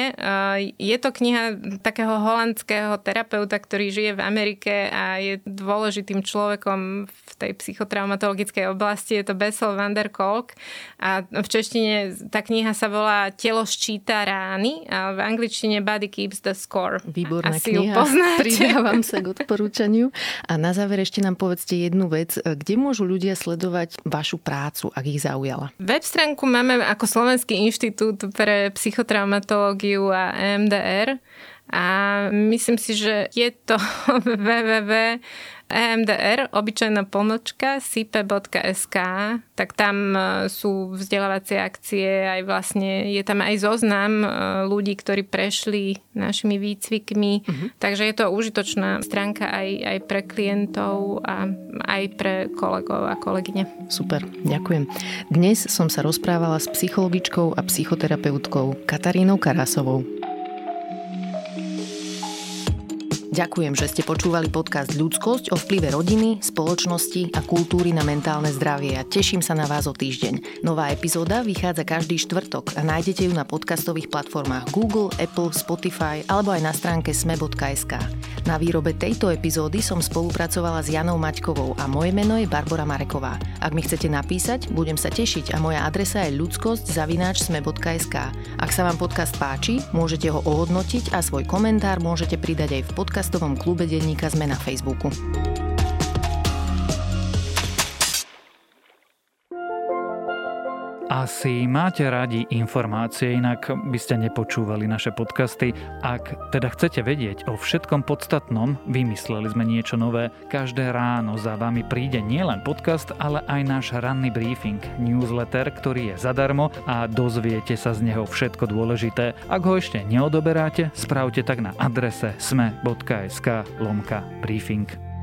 Je to kniha takého holandského terapeuta, ktorý žije v Amerike a je dôležitým človekom v tej psychotraumatologickej oblasti. Je to Bessel van der Kolk a v češtine tá kniha sa volá Telo ščíta rány a v angličtine Body keeps the score. Výborná Asi kniha. Pridávam sa k odporúčaniu. A na záver ešte nám povedzte jednu vec. Kde môžu ľudia sledovať vašu prácu, ak ich zaujala? Web stránku máme ako Slovenský inštitút pre psychotraumatológiu a é em dé er a myslím si, že je to w w w bodka é em dé er, obyčajná pomočka, sipe bodka es ká, tak tam sú vzdelávacie akcie, aj vlastne je tam aj zoznam ľudí, ktorí prešli našimi výcvikmi, uh-huh. takže je to užitočná stránka aj, aj pre klientov a aj pre kolegov a kolegyne. Super, ďakujem. Dnes som sa rozprávala s psychologičkou a psychoterapeutkou Katarínou Karasovou. Ďakujem, že ste počúvali podcast Ľudskosť o vplyve rodiny, spoločnosti a kultúry na mentálne zdravie a teším sa na vás o týždeň. Nová epizóda vychádza každý štvrtok a nájdete ju na podcastových platformách Google, Apple, Spotify alebo aj na stránke sme bodka es ká. Na výrobe tejto epizódy som spolupracovala s Janou Maťkovou a moje meno je Barbora Mareková. Ak mi chcete napísať, budem sa tešiť a moja adresa je ľudskosť zavináč sme bodka es ká. Ak sa vám podcast páči, môžete ho ohodnotiť a svoj komentár môžete pridať aj v podcastovom klube denníka SME na Facebooku. Asi máte radi informácie, inak by ste nepočúvali naše podcasty. Ak teda chcete vedieť o všetkom podstatnom, vymysleli sme niečo nové. Každé ráno za vami príde nielen podcast, ale aj náš ranný briefing, newsletter, ktorý je zadarmo a dozviete sa z neho všetko dôležité. Ak ho ešte neodoberáte, spravte tak na adrese sme bodka es ká lomka briefing.